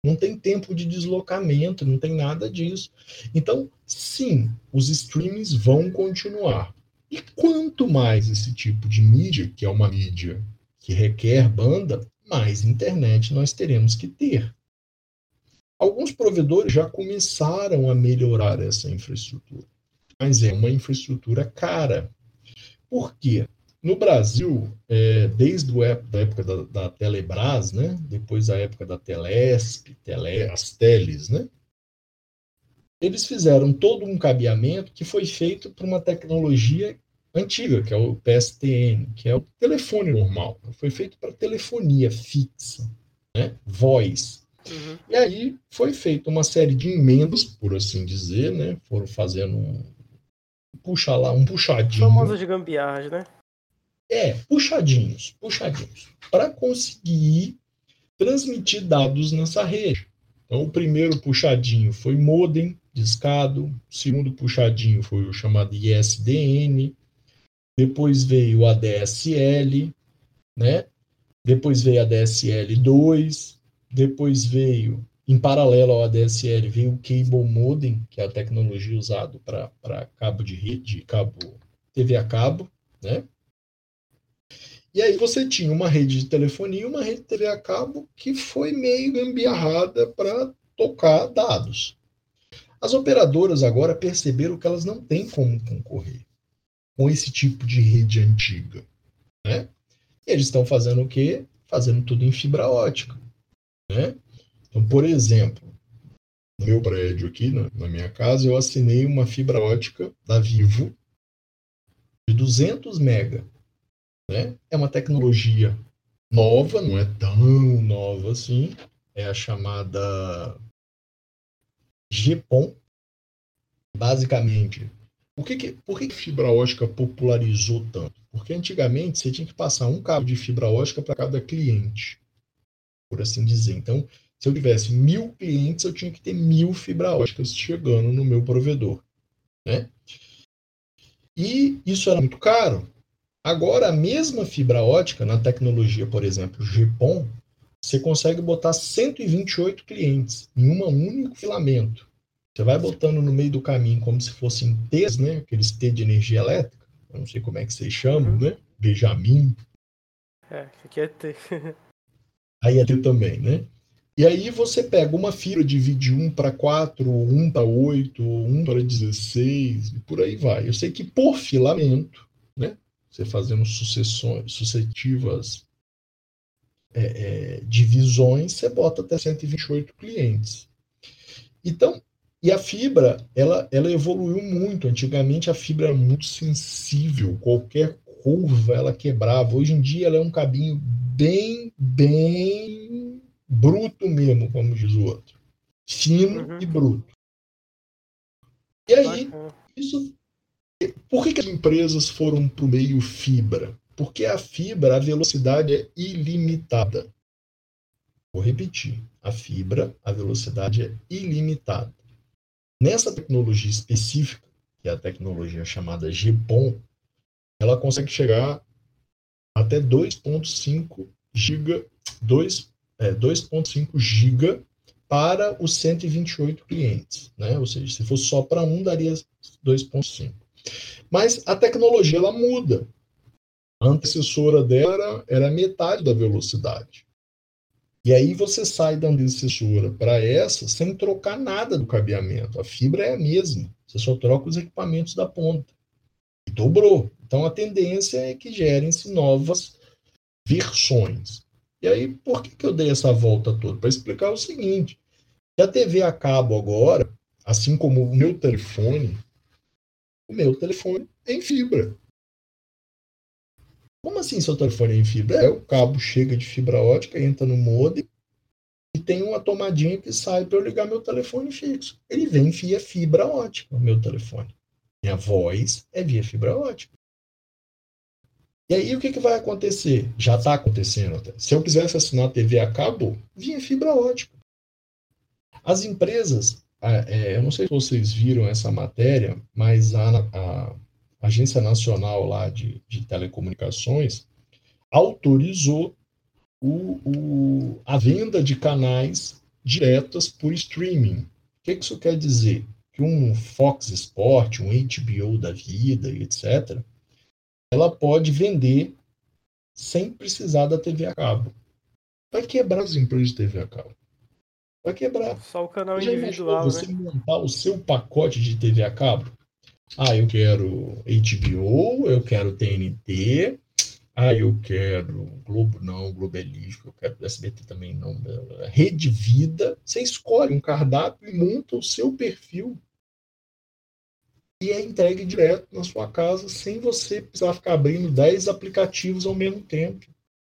não tem tempo de deslocamento, não tem nada disso. Então, sim, os streamings vão continuar. E quanto mais esse tipo de mídia, que é uma mídia que requer banda, mais internet nós teremos que ter. Alguns provedores já começaram a melhorar essa infraestrutura, mas é uma infraestrutura cara. Por quê? No Brasil, é, desde a época da, da Telebrás, né? Depois da época da Telesp, tele, as teles, né? Eles fizeram todo um cabeamento que foi feito por uma tecnologia antiga, que é o P S T N, que é o telefone normal. Foi feito para telefonia fixa, né? Voz. Uhum. E aí foi feita uma série de emendas, por assim dizer, né? Foram fazendo um, puxa lá, um puxadinho. Famosas gambiarras, né? É, puxadinhos, puxadinhos, para conseguir transmitir dados nessa rede. Então, o primeiro puxadinho foi modem discado, o segundo puxadinho foi o chamado I S D N, depois veio o A D S L, né? Depois veio a D S L dois, depois veio, em paralelo ao A D S L, veio o Cable Modem, que é a tecnologia usada para cabo de rede, cabo T V a cabo, né? E aí você tinha uma rede de telefonia e uma rede de T V a cabo que foi meio gambiarrada para tocar dados. As operadoras agora perceberam que elas não têm como concorrer com esse tipo de rede antiga, né? E eles estão fazendo o quê? Fazendo tudo em fibra ótica, né? Então, por exemplo, no meu prédio aqui, na, na minha casa, eu assinei uma fibra ótica da Vivo de duzentos mega. Né? É uma tecnologia nova, não é tão nova assim, é a chamada G P O N. Basicamente, por que, que, por que fibra ótica popularizou tanto? Porque antigamente você tinha que passar um cabo de fibra ótica para cada cliente, por assim dizer. Então, se eu tivesse mil clientes, eu tinha que ter mil fibra óticas chegando no meu provedor, né? E isso era muito caro. Agora, a mesma fibra ótica, na tecnologia, por exemplo, G P O N, você consegue botar cento e vinte e oito clientes em um único filamento. Você vai botando no meio do caminho como se fossem T's, né? Aqueles T de energia elétrica. Eu não sei como é que vocês chamam, uhum. né? Benjamin. É, aqui é T. Aí é T também, né? E aí você pega uma fibra, divide um para quatro, um para oito, um para dezesseis, e por aí vai. Eu sei que por filamento, né? Você fazendo sucessões, sucessivas é, é, divisões, você bota até cento e vinte e oito clientes. Então, e a fibra, ela, ela evoluiu muito. Antigamente a fibra era muito sensível, qualquer curva ela quebrava. Hoje em dia ela é um cabinho bem, bem bruto mesmo, como diz o outro. Fino uhum. e bruto. E aí, uhum. isso... Por que, que as empresas foram para o meio fibra? Porque a fibra, a velocidade é ilimitada. Vou repetir. A fibra, a velocidade é ilimitada. Nessa tecnologia específica, que é a tecnologia chamada G P O N, ela consegue chegar até dois ponto cinco giga, dois, é, dois ponto cinco giga para os cento e vinte e oito clientes, né? Ou seja, se fosse só para um, daria dois ponto cinco. Mas a tecnologia ela muda. A antecessora dela era, era metade da velocidade. E aí você sai da antecessora para essa sem trocar nada do cabeamento. A fibra é a mesma. Você só troca os equipamentos da ponta. E dobrou. Então a tendência é que gerem-se novas versões. E aí, por que, que eu dei essa volta toda? Para explicar o seguinte. Que a T V a cabo agora, assim como o meu telefone, o meu telefone é em fibra. Como assim seu telefone é em fibra? É, o cabo chega de fibra ótica, entra no modem e tem uma tomadinha que sai para eu ligar meu telefone fixo. Ele vem via fibra ótica, o meu telefone. Minha voz é via fibra ótica. E aí o que, que vai acontecer? Já está acontecendo até. Se eu quisesse assinar a T V a cabo, vinha fibra ótica. As empresas... É, eu não sei se vocês viram essa matéria, mas a, a Agência Nacional lá de, de Telecomunicações autorizou o, o, a venda de canais diretas por streaming. O que isso quer dizer? Que um Fox Sport, um H B O da vida, etcétera, ela pode vender sem precisar da T V a cabo. Vai quebrar as empresas de T V a cabo. Vai quebrar. Só o canal Já individual, imaginou você né? montar o seu pacote de T V a cabo? Ah, eu quero H B O, eu quero T N T, ah, eu quero Globo não, Globo é lixo, eu quero S B T também não. Rede Vida, você escolhe um cardápio e monta o seu perfil. E é entregue direto na sua casa, sem você precisar ficar abrindo dez aplicativos ao mesmo tempo.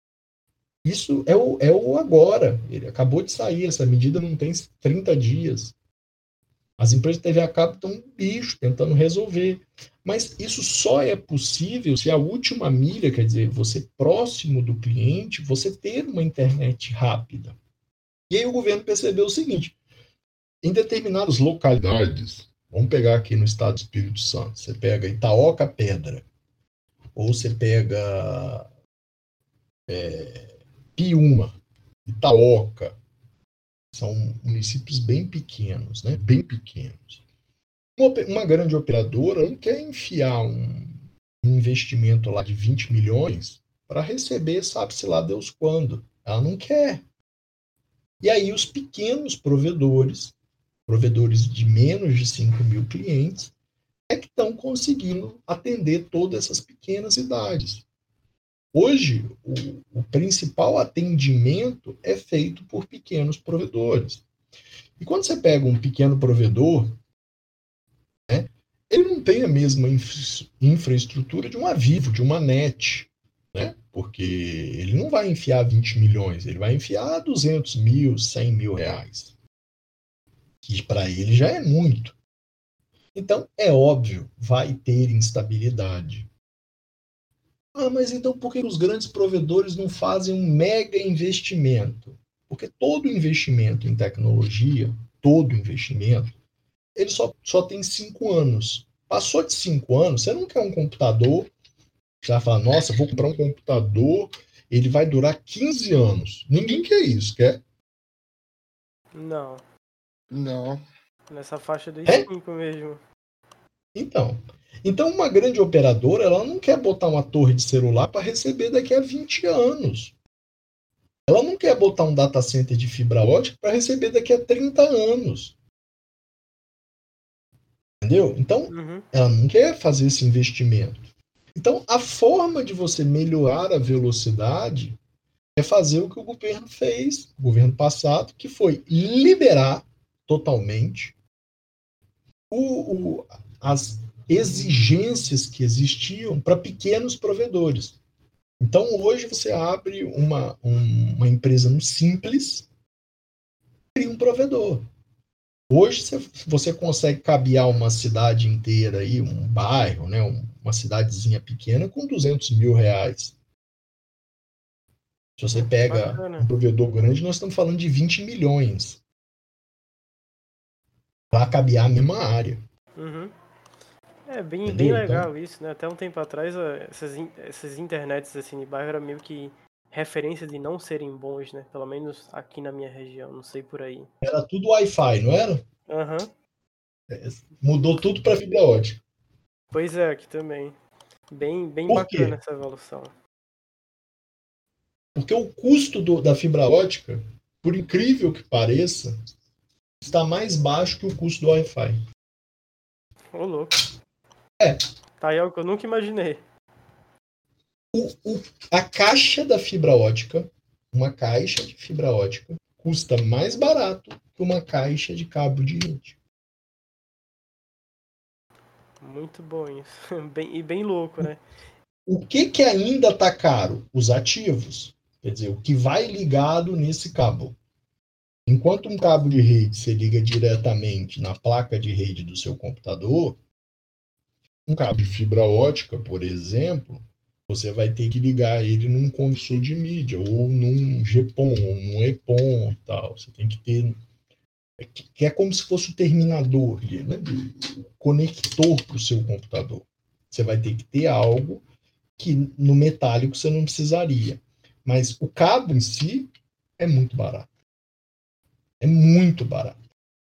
Isso é o, é o agora. Ele acabou de sair, essa medida não tem trinta dias. As empresas de T V a cabo estão um bicho, tentando resolver. Mas isso só é possível se a última milha, quer dizer, você próximo do cliente, você ter uma internet rápida. E aí o governo percebeu o seguinte, em determinadas localidades, vamos pegar aqui no estado do Espírito Santo, você pega Itaoca Pedra, ou você pega é, Piúma, Itaoca, são municípios bem pequenos, né? Bem pequenos. Uma, uma grande operadora não quer enfiar um, um investimento lá de vinte milhões para receber, sabe-se lá Deus quando. Ela não quer. E aí os pequenos provedores, provedores de menos de cinco mil clientes, é que estão conseguindo atender todas essas pequenas cidades. Hoje, o, o principal atendimento é feito por pequenos provedores. E quando você pega um pequeno provedor, né, ele não tem a mesma infra, infraestrutura de uma Vivo, de uma NET, né? Porque ele não vai enfiar vinte milhões, ele vai enfiar duzentos mil, cem mil reais. Que para ele já é muito. Então, é óbvio, vai ter instabilidade. Ah, mas então por que os grandes provedores não fazem um mega investimento? Porque todo investimento em tecnologia, todo investimento, ele só, só tem cinco anos. Passou de cinco anos, você não quer um computador, você vai falar, nossa, vou comprar um computador, ele vai durar quinze anos. Ninguém quer isso, quer? Não. Não. Nessa faixa dos É? cinco mesmo. Então, então, uma grande operadora, ela não quer botar uma torre de celular para receber daqui a vinte anos. Ela não quer botar um data center de fibra ótica para receber daqui a trinta anos. Entendeu? Então, Uhum. ela não quer fazer esse investimento. Então, a forma de você melhorar a velocidade é fazer o que o governo fez, o governo passado, que foi liberar totalmente o, o, as exigências que existiam para pequenos provedores. Então, hoje você abre uma, um, uma empresa no Simples e cria um provedor. Hoje você, você consegue cabear uma cidade inteira, aí, um bairro, né, uma cidadezinha pequena com duzentos mil reais. Se você pega Bacana. um provedor grande, nós estamos falando de vinte milhões para cabear a mesma área. Uhum. É bem, bem Entendeu? legal Então, isso, né? Até um tempo atrás, ó, essas, in- essas internets assim de bairro era meio que referência de não serem bons, né? Pelo menos aqui na minha região, não sei por aí. era tudo Wi-Fi, não era? Aham. Mudou tudo para fibra ótica. Pois é, aqui também. Bem, bem Por bacana quê? essa evolução. Porque o custo do, da fibra ótica, por incrível que pareça, está mais baixo que o custo do Wi-Fi. Ô, louco. É. Tá aí algo que eu nunca imaginei. O, o, a caixa da fibra ótica, uma caixa de fibra ótica, custa mais barato que uma caixa de cabo de rede. Muito bom isso. Bem, e bem louco, né? O que, que ainda está caro? Os ativos. Quer dizer, o que vai ligado nesse cabo. Enquanto um cabo de rede você liga diretamente na placa de rede do seu computador, um cabo de fibra ótica, por exemplo, você vai ter que ligar ele num conversor de mídia, ou num GPON, ou num EPON e tal. Você tem que ter... que é como se fosse o terminador, né? O conector para o seu computador. Você vai ter que ter algo que no metálico você não precisaria. Mas o cabo em si é muito barato. É muito barato.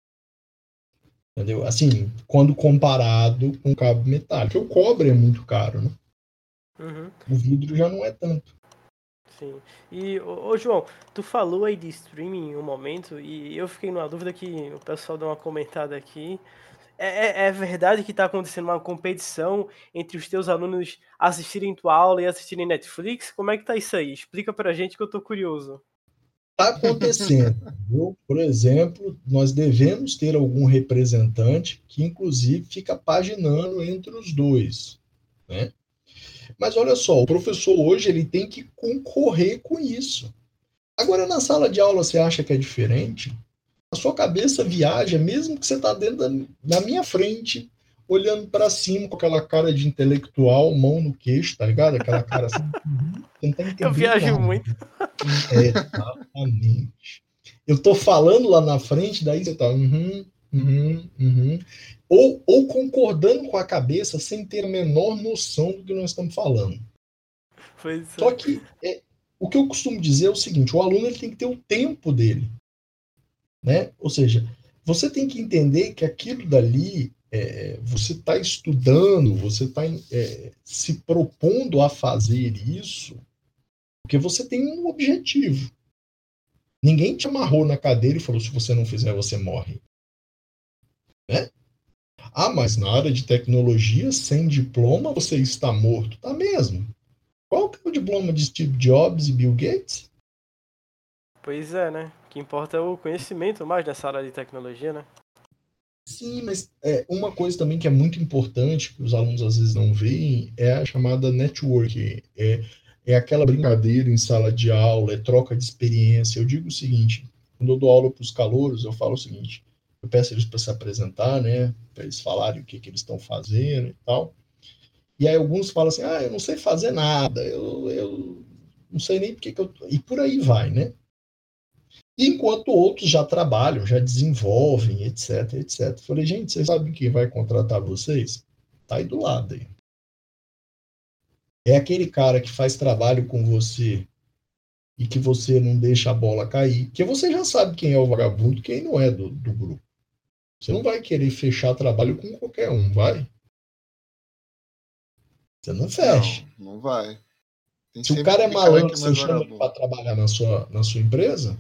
Entendeu? Assim, quando comparado com o cabo metálico. Porque o cobre é muito caro, né? Uhum. O vidro já não é tanto. Sim. E, ô, ô, João, tu falou aí de streaming em um momento e eu fiquei numa dúvida que o pessoal deu uma comentada aqui. É, é, é verdade que está acontecendo uma competição entre os teus alunos assistirem tua aula e assistirem Netflix? Como é que tá isso aí? Explica pra gente que eu tô curioso. Está acontecendo. Viu? Por exemplo, nós devemos ter algum representante que, inclusive, fica paginando entre os dois, né? Mas olha só, o professor hoje ele tem que concorrer com isso. Agora, na sala de aula, você acha que é diferente? A sua cabeça viaja, mesmo que você está dentro da, na minha frente, olhando para cima com aquela cara de intelectual, mão no queixo, tá ligado? Aquela cara assim, você não tá Eu entendendo viajo nada. muito. É, exatamente. Eu tô falando lá na frente, daí você tá uhum, uhum, uhum. Ou, ou concordando com a cabeça sem ter a menor noção do que nós estamos falando. Pois Só é. que é, o que eu costumo dizer é o seguinte, o aluno ele tem que ter o tempo dele. Né? Ou seja, você tem que entender que aquilo dali, é, você está estudando, você está é, se propondo a fazer isso, porque você tem um objetivo. Ninguém te amarrou na cadeira e falou: se você não fizer, você morre. Né? Ah, mas na área de tecnologia, sem diploma, você está morto. Tá mesmo. Qual que é o diploma de Steve Jobs e Bill Gates? Pois é, né? O que importa é o conhecimento mais dessa área de tecnologia, né? Sim, mas é, uma coisa também que é muito importante, que os alunos às vezes não veem, é a chamada network. É, é aquela brincadeira em sala de aula, é troca de experiência. Eu digo o seguinte, quando eu dou aula para os calouros, eu falo o seguinte, eu peço eles para se apresentar, né, para eles falarem o que, que eles estão fazendo e tal. E aí alguns falam assim, ah, eu não sei fazer nada, eu, eu não sei nem porque que eu... E por aí vai, né? Enquanto outros já trabalham, já desenvolvem, etc, etcétera. Falei, gente, vocês sabem quem vai contratar vocês? Tá aí do lado aí. É aquele cara que faz trabalho com você e que você não deixa a bola cair, que você já sabe quem é o vagabundo e quem não é do, do grupo. Você não vai querer fechar trabalho com qualquer um, vai? Você não fecha. Não, não vai. Tem Se o sempre cara é aquele cara que malandro, é você mais chama ele para vagabundo. trabalhar na sua, na sua empresa,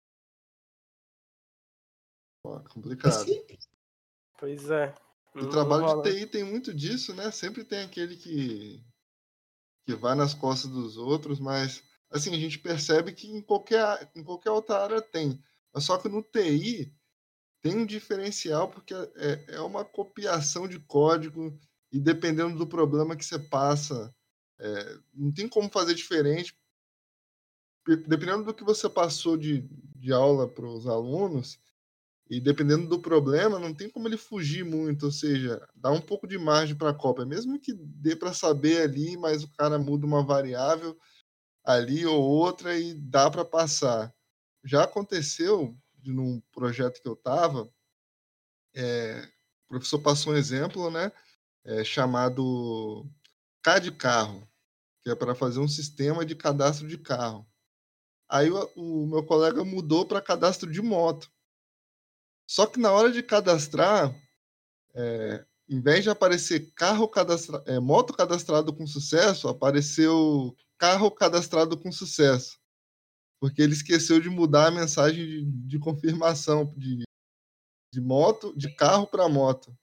Pô, é complicado. simples. Pois é. E Não trabalho de rola. T I tem muito disso, né? Sempre tem aquele que, que vai nas costas dos outros, mas assim, a gente percebe que em qualquer, em qualquer outra área tem. Mas só que no T I tem um diferencial porque é, é uma copiação de código e dependendo do problema que você passa, é, não tem como fazer diferente. Dependendo do que você passou de, de aula para os alunos, e dependendo do problema, não tem como ele fugir muito, ou seja, dá um pouco de margem para a cópia, mesmo que dê para saber ali, mas o cara muda uma variável ali ou outra e dá para passar. Já aconteceu de num projeto que eu estava, é, o professor passou um exemplo, né, é, chamado K de carro, que é para fazer um sistema de cadastro de carro. Aí o, o meu colega mudou para cadastro de moto. Só que na hora de cadastrar, é, em vez de aparecer carro cadastra, é, moto cadastrado com sucesso, apareceu carro cadastrado com sucesso. Porque ele esqueceu de mudar a mensagem de, de confirmação de, de moto, de carro para moto.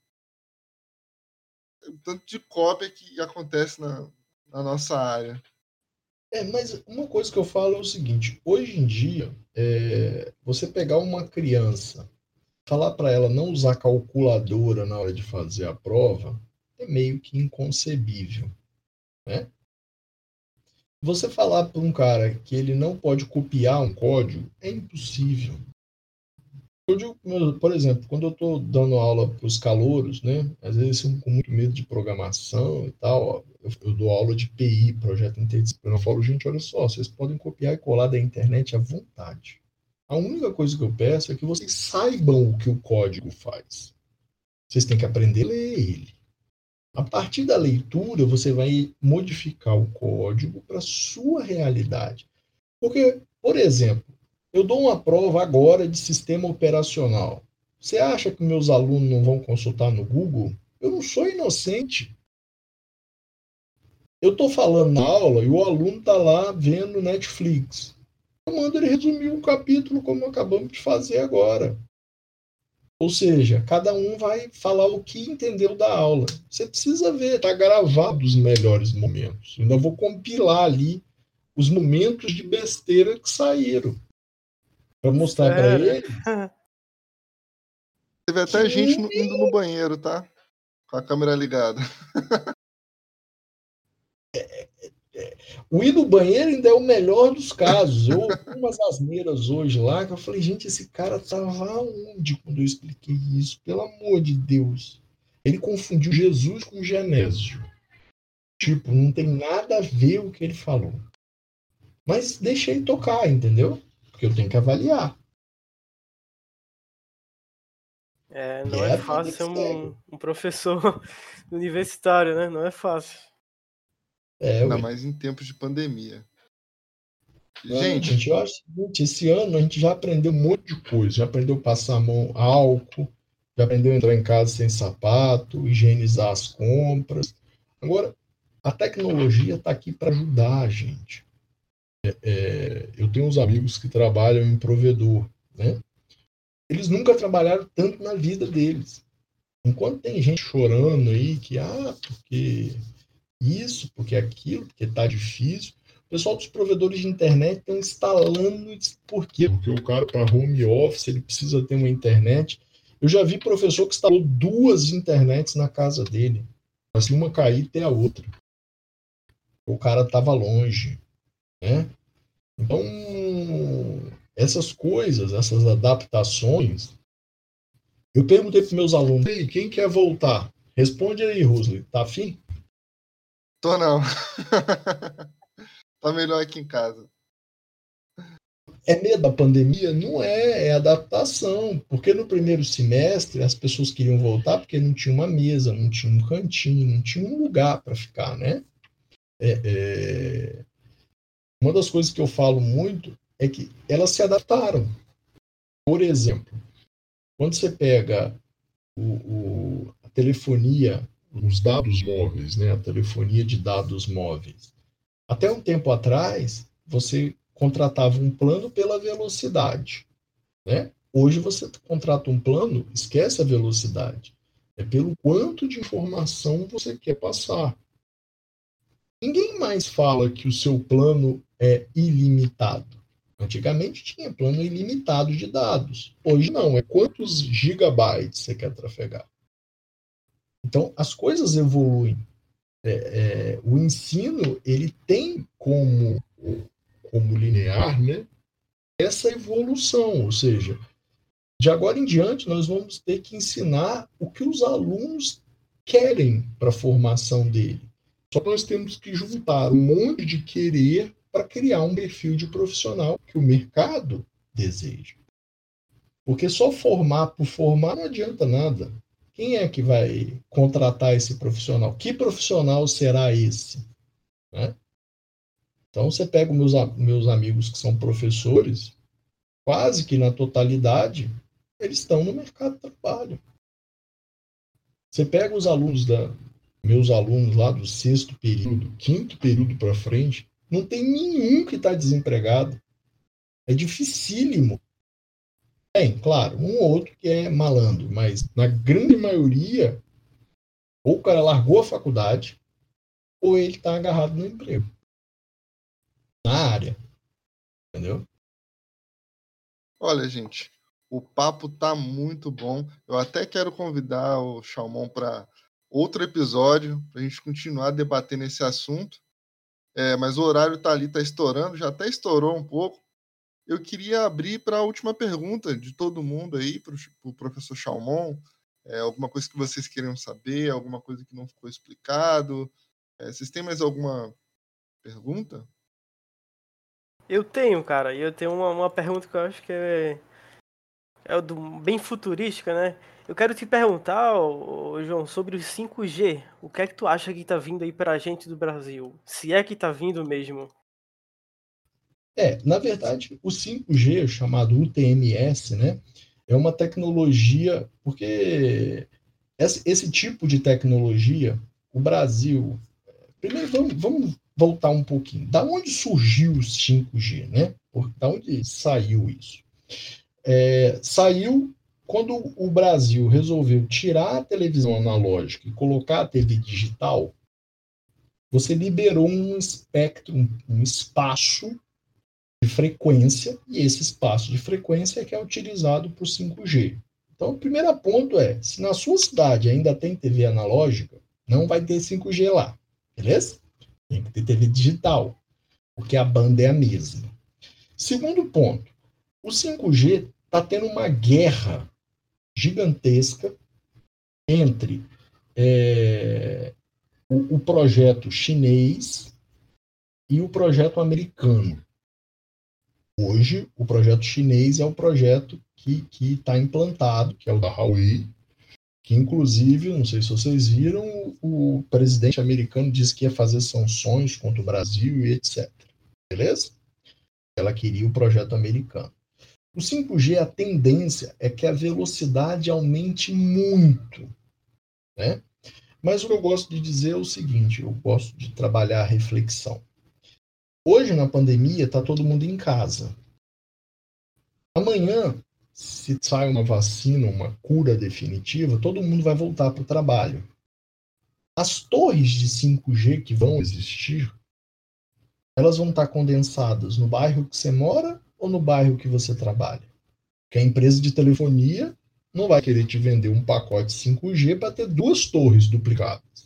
O tanto de cópia que acontece na, na nossa área. É, mas uma coisa que eu falo é o seguinte: hoje em dia, é, você pegar uma criança, falar para ela não usar calculadora na hora de fazer a prova, é meio que inconcebível, né? Você falar para um cara que ele não pode copiar um código é impossível. Eu digo, por exemplo, quando eu estou dando aula para os calouros, né? Às vezes eles ficam com muito medo de programação e tal. Eu, eu dou aula de P I, projeto interdisciplinar. Eu falo, gente, olha só, vocês podem copiar e colar da internet à vontade. A única coisa que eu peço é que vocês saibam o que o código faz. Vocês têm que aprender a ler ele. A partir da leitura, você vai modificar o código para a sua realidade. Porque, por exemplo, Eu dou uma prova agora de sistema operacional. Você acha que meus alunos não vão consultar no Google? Eu não sou inocente. Eu estou falando na aula e o aluno está lá vendo Netflix. Eu mando ele resumir um capítulo como acabamos de fazer agora. Ou seja, cada um vai falar o que entendeu da aula. Você precisa ver, está gravado os melhores momentos. Eu ainda vou compilar ali os momentos de besteira que saíram para mostrar para Sério? ele. Teve até gente no- indo no banheiro, tá? Com a câmera ligada. O ir no banheiro ainda é o melhor dos casos. Eu ouvi umas asneiras hoje lá que eu falei, gente, esse cara tava onde quando eu expliquei isso? Pelo amor de Deus. Ele confundiu Jesus com Genésio. Tipo, não tem nada a ver o que ele falou. Mas deixei tocar, entendeu? Porque eu tenho que avaliar. É, E não é é a vida fácil que ser um, segue. um professor universitário, né? Não é fácil. É, Ainda ué. mais em tempos de pandemia. Não, Gente, gente, eu acho o seguinte, esse ano a gente já aprendeu um monte de coisa. Já aprendeu a passar a mão álcool, já aprendeu a entrar em casa sem sapato, higienizar as compras. Agora, a tecnologia está aqui para ajudar a gente. É, eu tenho uns amigos que trabalham em provedor, né? Eles nunca trabalharam tanto na vida deles. Enquanto tem gente chorando aí que, ah, porque isso, porque aquilo, porque tá difícil, o pessoal dos provedores de internet estão instalando isso. Por quê? Porque o cara, para home office, ele precisa ter uma internet. Eu já vi professor que instalou duas internets na casa dele. Mas se uma cair, tem a outra. O cara estava longe, né? Então, essas coisas, essas adaptações, eu perguntei para meus alunos, ei, quem quer voltar? Responde aí, Rosli, tá afim? tô não. Tá melhor aqui em casa. É medo da pandemia? Não é, é adaptação. Porque no primeiro semestre as pessoas queriam voltar porque não tinha uma mesa, não tinha um cantinho, não tinha um lugar para ficar, né? É, é... Uma das coisas que eu falo muito é que elas se adaptaram. Por exemplo, quando você pega o, o, a telefonia, os dados móveis, né? A telefonia de dados móveis. Até um tempo atrás, você contratava um plano pela velocidade, né? Hoje você contrata um plano, esquece a velocidade. É pelo quanto de informação você quer passar. Ninguém mais fala que o seu plano é ilimitado. Antigamente tinha plano ilimitado de dados. Hoje não, é quantos gigabytes você quer trafegar. Então, as coisas evoluem. É, é, o ensino ele tem como, como linear, né, essa evolução, ou seja, de agora em diante, nós vamos ter que ensinar o que os alunos querem para a formação dele. Só que nós temos que juntar um monte de querer para criar um perfil de profissional que o mercado deseja. Porque só formar por formar não adianta nada. Quem é que vai contratar esse profissional? Que profissional será esse? Né? Então, você pega os meus, meus amigos que são professores, quase que na totalidade, eles estão no mercado de trabalho. Você pega os alunos da meus alunos lá do sexto período, quinto período para frente, não tem nenhum que está desempregado. É dificílimo. Tem, claro, um ou outro que é malandro, mas na grande maioria, ou o cara largou a faculdade, ou ele está agarrado no emprego. Na área. Entendeu? Olha, gente, o papo tá muito bom. Eu até quero convidar o Chalmon para outro episódio, para a gente continuar debatendo esse assunto. É, mas o horário tá ali, tá estourando, já até estourou um pouco. Eu queria abrir para a última pergunta de todo mundo aí, para o professor Chalmon. É, alguma coisa que vocês queriam saber, alguma coisa que não ficou explicado. É, vocês têm mais alguma pergunta? Eu tenho, cara, e eu tenho uma, uma pergunta que eu acho que é, é do, bem futurística, né? Eu quero te perguntar, ô, ô, João, sobre o cinco G. O que é que tu acha que tá vindo aí pra gente do Brasil? Se é que tá vindo mesmo. É, na verdade, o cinco G, chamado U T M S, né, é uma tecnologia, porque esse, esse tipo de tecnologia, o Brasil... Primeiro, vamos, vamos voltar um pouquinho. Da onde surgiu o cinco G, né? Da onde saiu isso? É, saiu quando o Brasil resolveu tirar a televisão analógica e colocar a T V digital. Você liberou um espectro, um, um espaço de frequência, e esse espaço de frequência é que é utilizado para o cinco G. Então, o primeiro ponto é, se na sua cidade ainda tem T V analógica, não vai ter cinco G lá, beleza? Tem que ter T V digital, porque a banda é a mesma. Segundo ponto, o cinco G está tendo uma guerra gigantesca entre é, o, o projeto chinês e o projeto americano. Hoje, o projeto chinês é o projeto que está implantado, que é o da Huawei, que inclusive, não sei se vocês viram, o, o presidente americano disse que ia fazer sanções contra o Brasil e etcétera. Beleza? Ela queria o projeto americano. O cinco G, a tendência é que a velocidade aumente muito, né? Mas o que eu gosto de dizer é o seguinte, eu gosto de trabalhar a reflexão. Hoje, na pandemia, está todo mundo em casa. Amanhã, se sai uma vacina, uma cura definitiva, todo mundo vai voltar para o trabalho. As torres de cinco G que vão existir, elas vão estar condensadas no bairro que você mora ou no bairro que você trabalha? Porque a empresa de telefonia não vai querer te vender um pacote cinco G para ter duas torres duplicadas.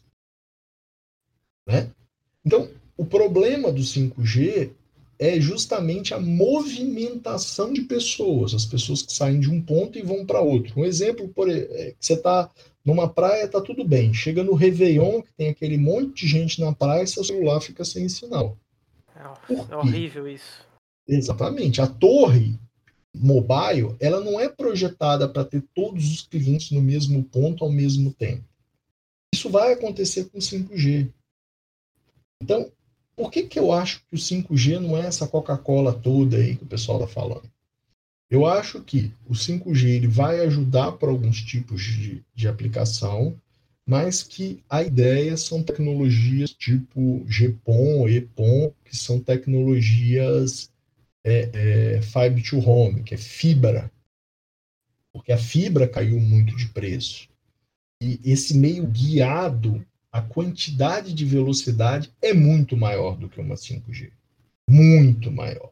Né? Então, o problema do cinco G é justamente a movimentação de pessoas, as pessoas que saem de um ponto e vão para outro. Um exemplo, por, é, que você está numa praia, está tudo bem. Chega no Réveillon, que tem aquele monte de gente na praia, e seu celular fica sem sinal. É, é horrível isso. Exatamente. A torre mobile, ela não é projetada para ter todos os clientes no mesmo ponto ao mesmo tempo. Isso vai acontecer com cinco G. Então, por que que eu acho que o cinco G não é essa Coca-Cola toda aí que o pessoal está falando? Eu acho que o cinco G ele vai ajudar para alguns tipos de, de aplicação, mas que a ideia são tecnologias tipo G P O N, E P O N, que são tecnologias é, é, Fiber to Home, que é fibra, porque a fibra caiu muito de preço. E esse meio guiado, a quantidade de velocidade é muito maior do que uma cinco G. Muito maior.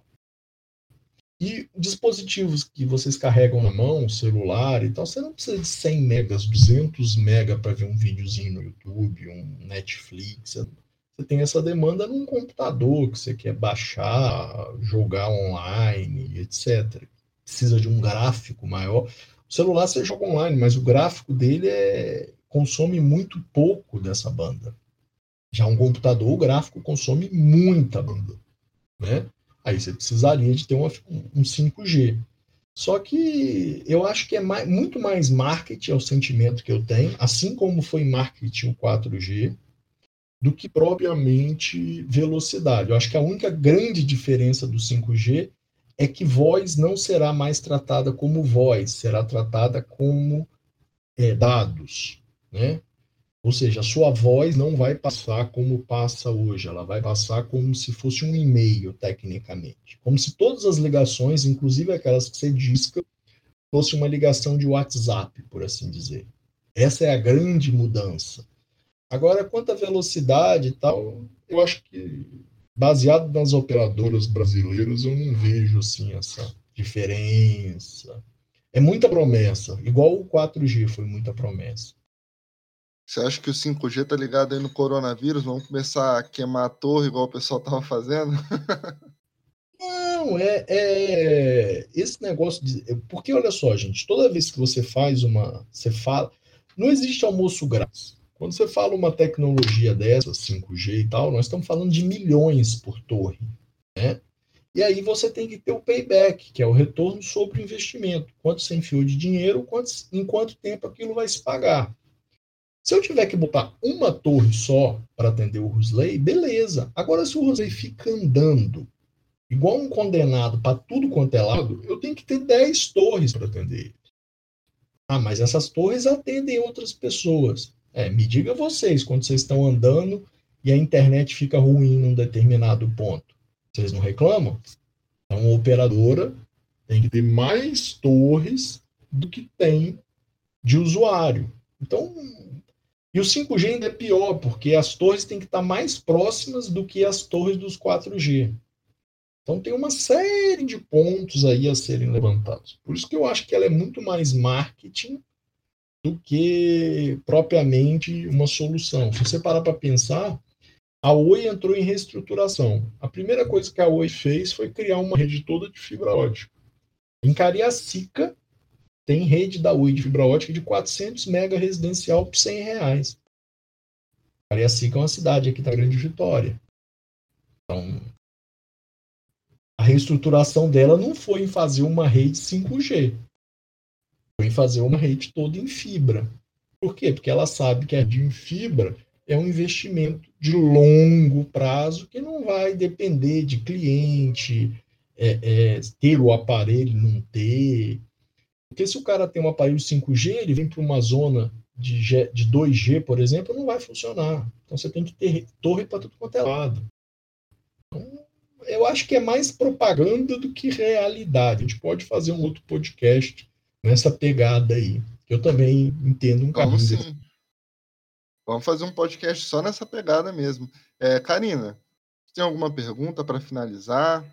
E dispositivos que vocês carregam na mão, celular e tal, você não precisa de cem megas, duzentos megas para ver um videozinho no YouTube, um Netflix. Você tem essa demanda num computador que você quer baixar, jogar online, etcétera. Precisa de um gráfico maior. O celular você joga online, mas o gráfico dele é, consome muito pouco dessa banda. Já um computador, o gráfico consome muita banda, né? Aí você precisaria de ter uma, um cinco G. Só que eu acho que é mais, muito mais marketing, é o sentimento que eu tenho, assim como foi marketing o quatro G, do que propriamente velocidade. Eu acho que a única grande diferença do cinco G é que voz não será mais tratada como voz, será tratada como é, dados, né? Ou seja, a sua voz não vai passar como passa hoje, ela vai passar como se fosse um e-mail, tecnicamente. Como se todas as ligações, inclusive aquelas que você disca, fosse uma ligação de WhatsApp, por assim dizer. Essa é a grande mudança. Agora, quanto à velocidade e tal, eu acho que, baseado nas operadoras brasileiras, eu não vejo assim, essa diferença. É muita promessa, igual o quatro G foi muita promessa. Você acha que o cinco G tá ligado aí no coronavírus? Vamos começar a queimar a torre igual o pessoal tava fazendo? Não, é, é esse negócio de... Porque, olha só, gente, toda vez que você faz uma... Você fala... Não existe almoço grátis. Quando você fala uma tecnologia dessa, cinco G e tal, nós estamos falando de milhões por torre, né? E aí você tem que ter o payback, que é o retorno sobre o investimento. Quanto você enfiou de dinheiro, quanto, em quanto tempo aquilo vai se pagar. Se eu tiver que botar uma torre só para atender o Rusley, beleza. Agora, se o Rusley fica andando igual um condenado para tudo quanto é lado, eu tenho que ter dez torres para atender ele. Ah, mas essas torres atendem outras pessoas. É, me diga vocês, quando vocês estão andando e a internet fica ruim num determinado ponto, vocês não reclamam? Então, a operadora tem que ter mais torres do que tem de usuário. Então, e o cinco G ainda é pior, porque as torres têm que estar mais próximas do que as torres dos quatro G. Então tem uma série de pontos aí a serem levantados. Por isso que eu acho que ela é muito mais marketing do que propriamente uma solução. Se você parar para pensar, a Oi entrou em reestruturação. A primeira coisa que a Oi fez foi criar uma rede toda de fibra ótica. Em Cariacica, tem rede da Oi de fibra ótica de quatrocentos mega residencial por cem reais. Cariacica é uma cidade aqui da Grande Vitória. Então, a reestruturação dela não foi em fazer uma rede cinco G. Foi em fazer uma rede toda em fibra. Por quê? Porque ela sabe que a rede em fibra é um investimento de longo prazo que não vai depender de cliente, é, é, ter o aparelho, não ter. Porque se o cara tem um aparelho cinco G, ele vem para uma zona de, G, de dois G, por exemplo, não vai funcionar. Então você tem que ter torre para tudo quanto é lado. Então, eu acho que é mais propaganda do que realidade. A gente pode fazer um outro podcast nessa pegada aí. Eu também entendo um caminho. Vamos sim. Vamos fazer um podcast só nessa pegada mesmo. É, Karina, tem alguma pergunta para finalizar?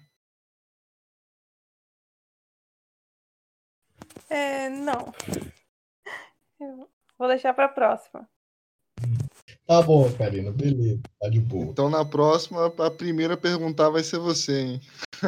É, não. Eu vou deixar para a próxima. Tá bom, Karina, beleza, tá de boa. Então, na próxima, a primeira a perguntar vai ser você, hein?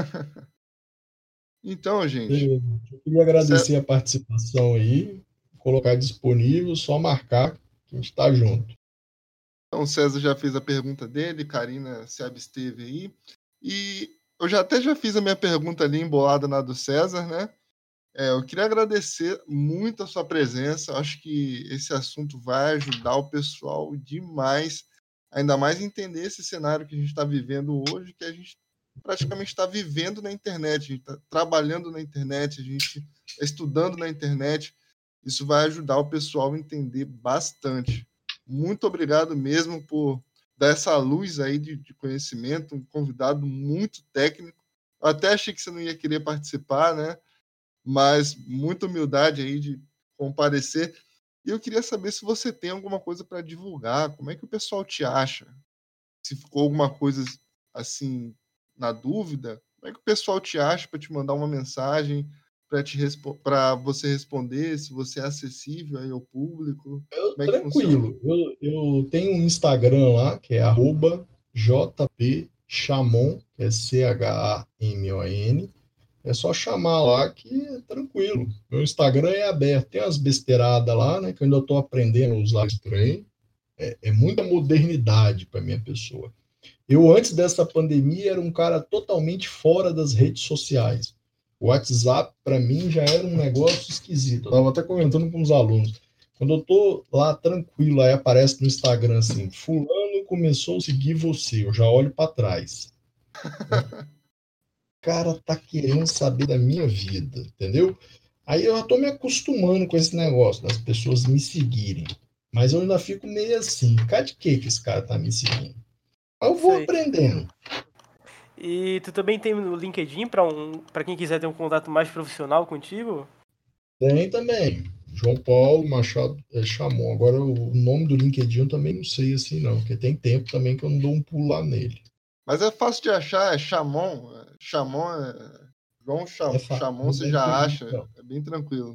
Então, gente... Beleza. Eu queria agradecer a participação aí, colocar disponível, só marcar que a gente tá junto. Então, o César já fez a pergunta dele, Karina se absteve aí. E eu já até já fiz a minha pergunta ali, embolada na do César, né? É, eu queria agradecer muito a sua presença. Eu acho que esse assunto vai ajudar o pessoal demais, ainda mais entender esse cenário que a gente está vivendo hoje, que a gente praticamente está vivendo na internet, a gente está trabalhando na internet, a gente está estudando na internet. Isso vai ajudar o pessoal a entender bastante. Muito obrigado mesmo por dar essa luz aí de, de conhecimento, um convidado muito técnico. Eu até achei que você não ia querer participar, né? Mas muita humildade aí de comparecer. E eu queria saber se você tem alguma coisa para divulgar, como é que o pessoal te acha? Se ficou alguma coisa assim na dúvida, como é que o pessoal te acha para te mandar uma mensagem, para te para você responder, se você é acessível aí ao público? Eu, como é que tranquilo, eu, eu tenho um Instagram lá, que é arroba jpchamon, que é C H A M O N. É só chamar lá que é tranquilo. Meu Instagram é aberto. Tem umas besteiradas lá, né? Que eu ainda estou aprendendo a usar esse trem. É, é muita modernidade para minha pessoa. Eu, antes dessa pandemia, era um cara totalmente fora das redes sociais. O WhatsApp, para mim, já era um negócio esquisito. Eu estava até comentando com os alunos. Quando eu estou lá tranquilo, aí aparece no Instagram assim, fulano começou a seguir você. Eu já olho para trás. Cara tá querendo saber da minha vida, entendeu? Aí eu já tô me acostumando com esse negócio das pessoas me seguirem. Mas eu ainda fico meio assim, cara de que que esse cara tá me seguindo? Aí eu vou Sei. aprendendo. E tu também tem o LinkedIn para um, para quem quiser ter um contato mais profissional contigo? Tem também. João Paulo Machado é, Chamon. Agora o nome do LinkedIn eu também não sei assim não, porque tem tempo também que eu não dou um pulo lá nele. Mas é fácil de achar, é Chamon. Chamon é... João Cham... É fácil, Chamon não você deve já ter acha, muito, não. é bem tranquilo.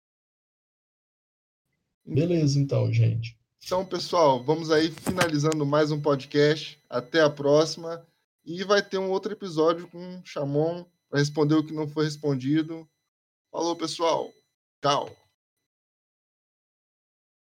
Beleza, então, gente. Então, pessoal, vamos aí finalizando mais um podcast. Até a próxima. E vai ter um outro episódio com o Chamon para responder o que não foi respondido. Falou, pessoal. Tchau.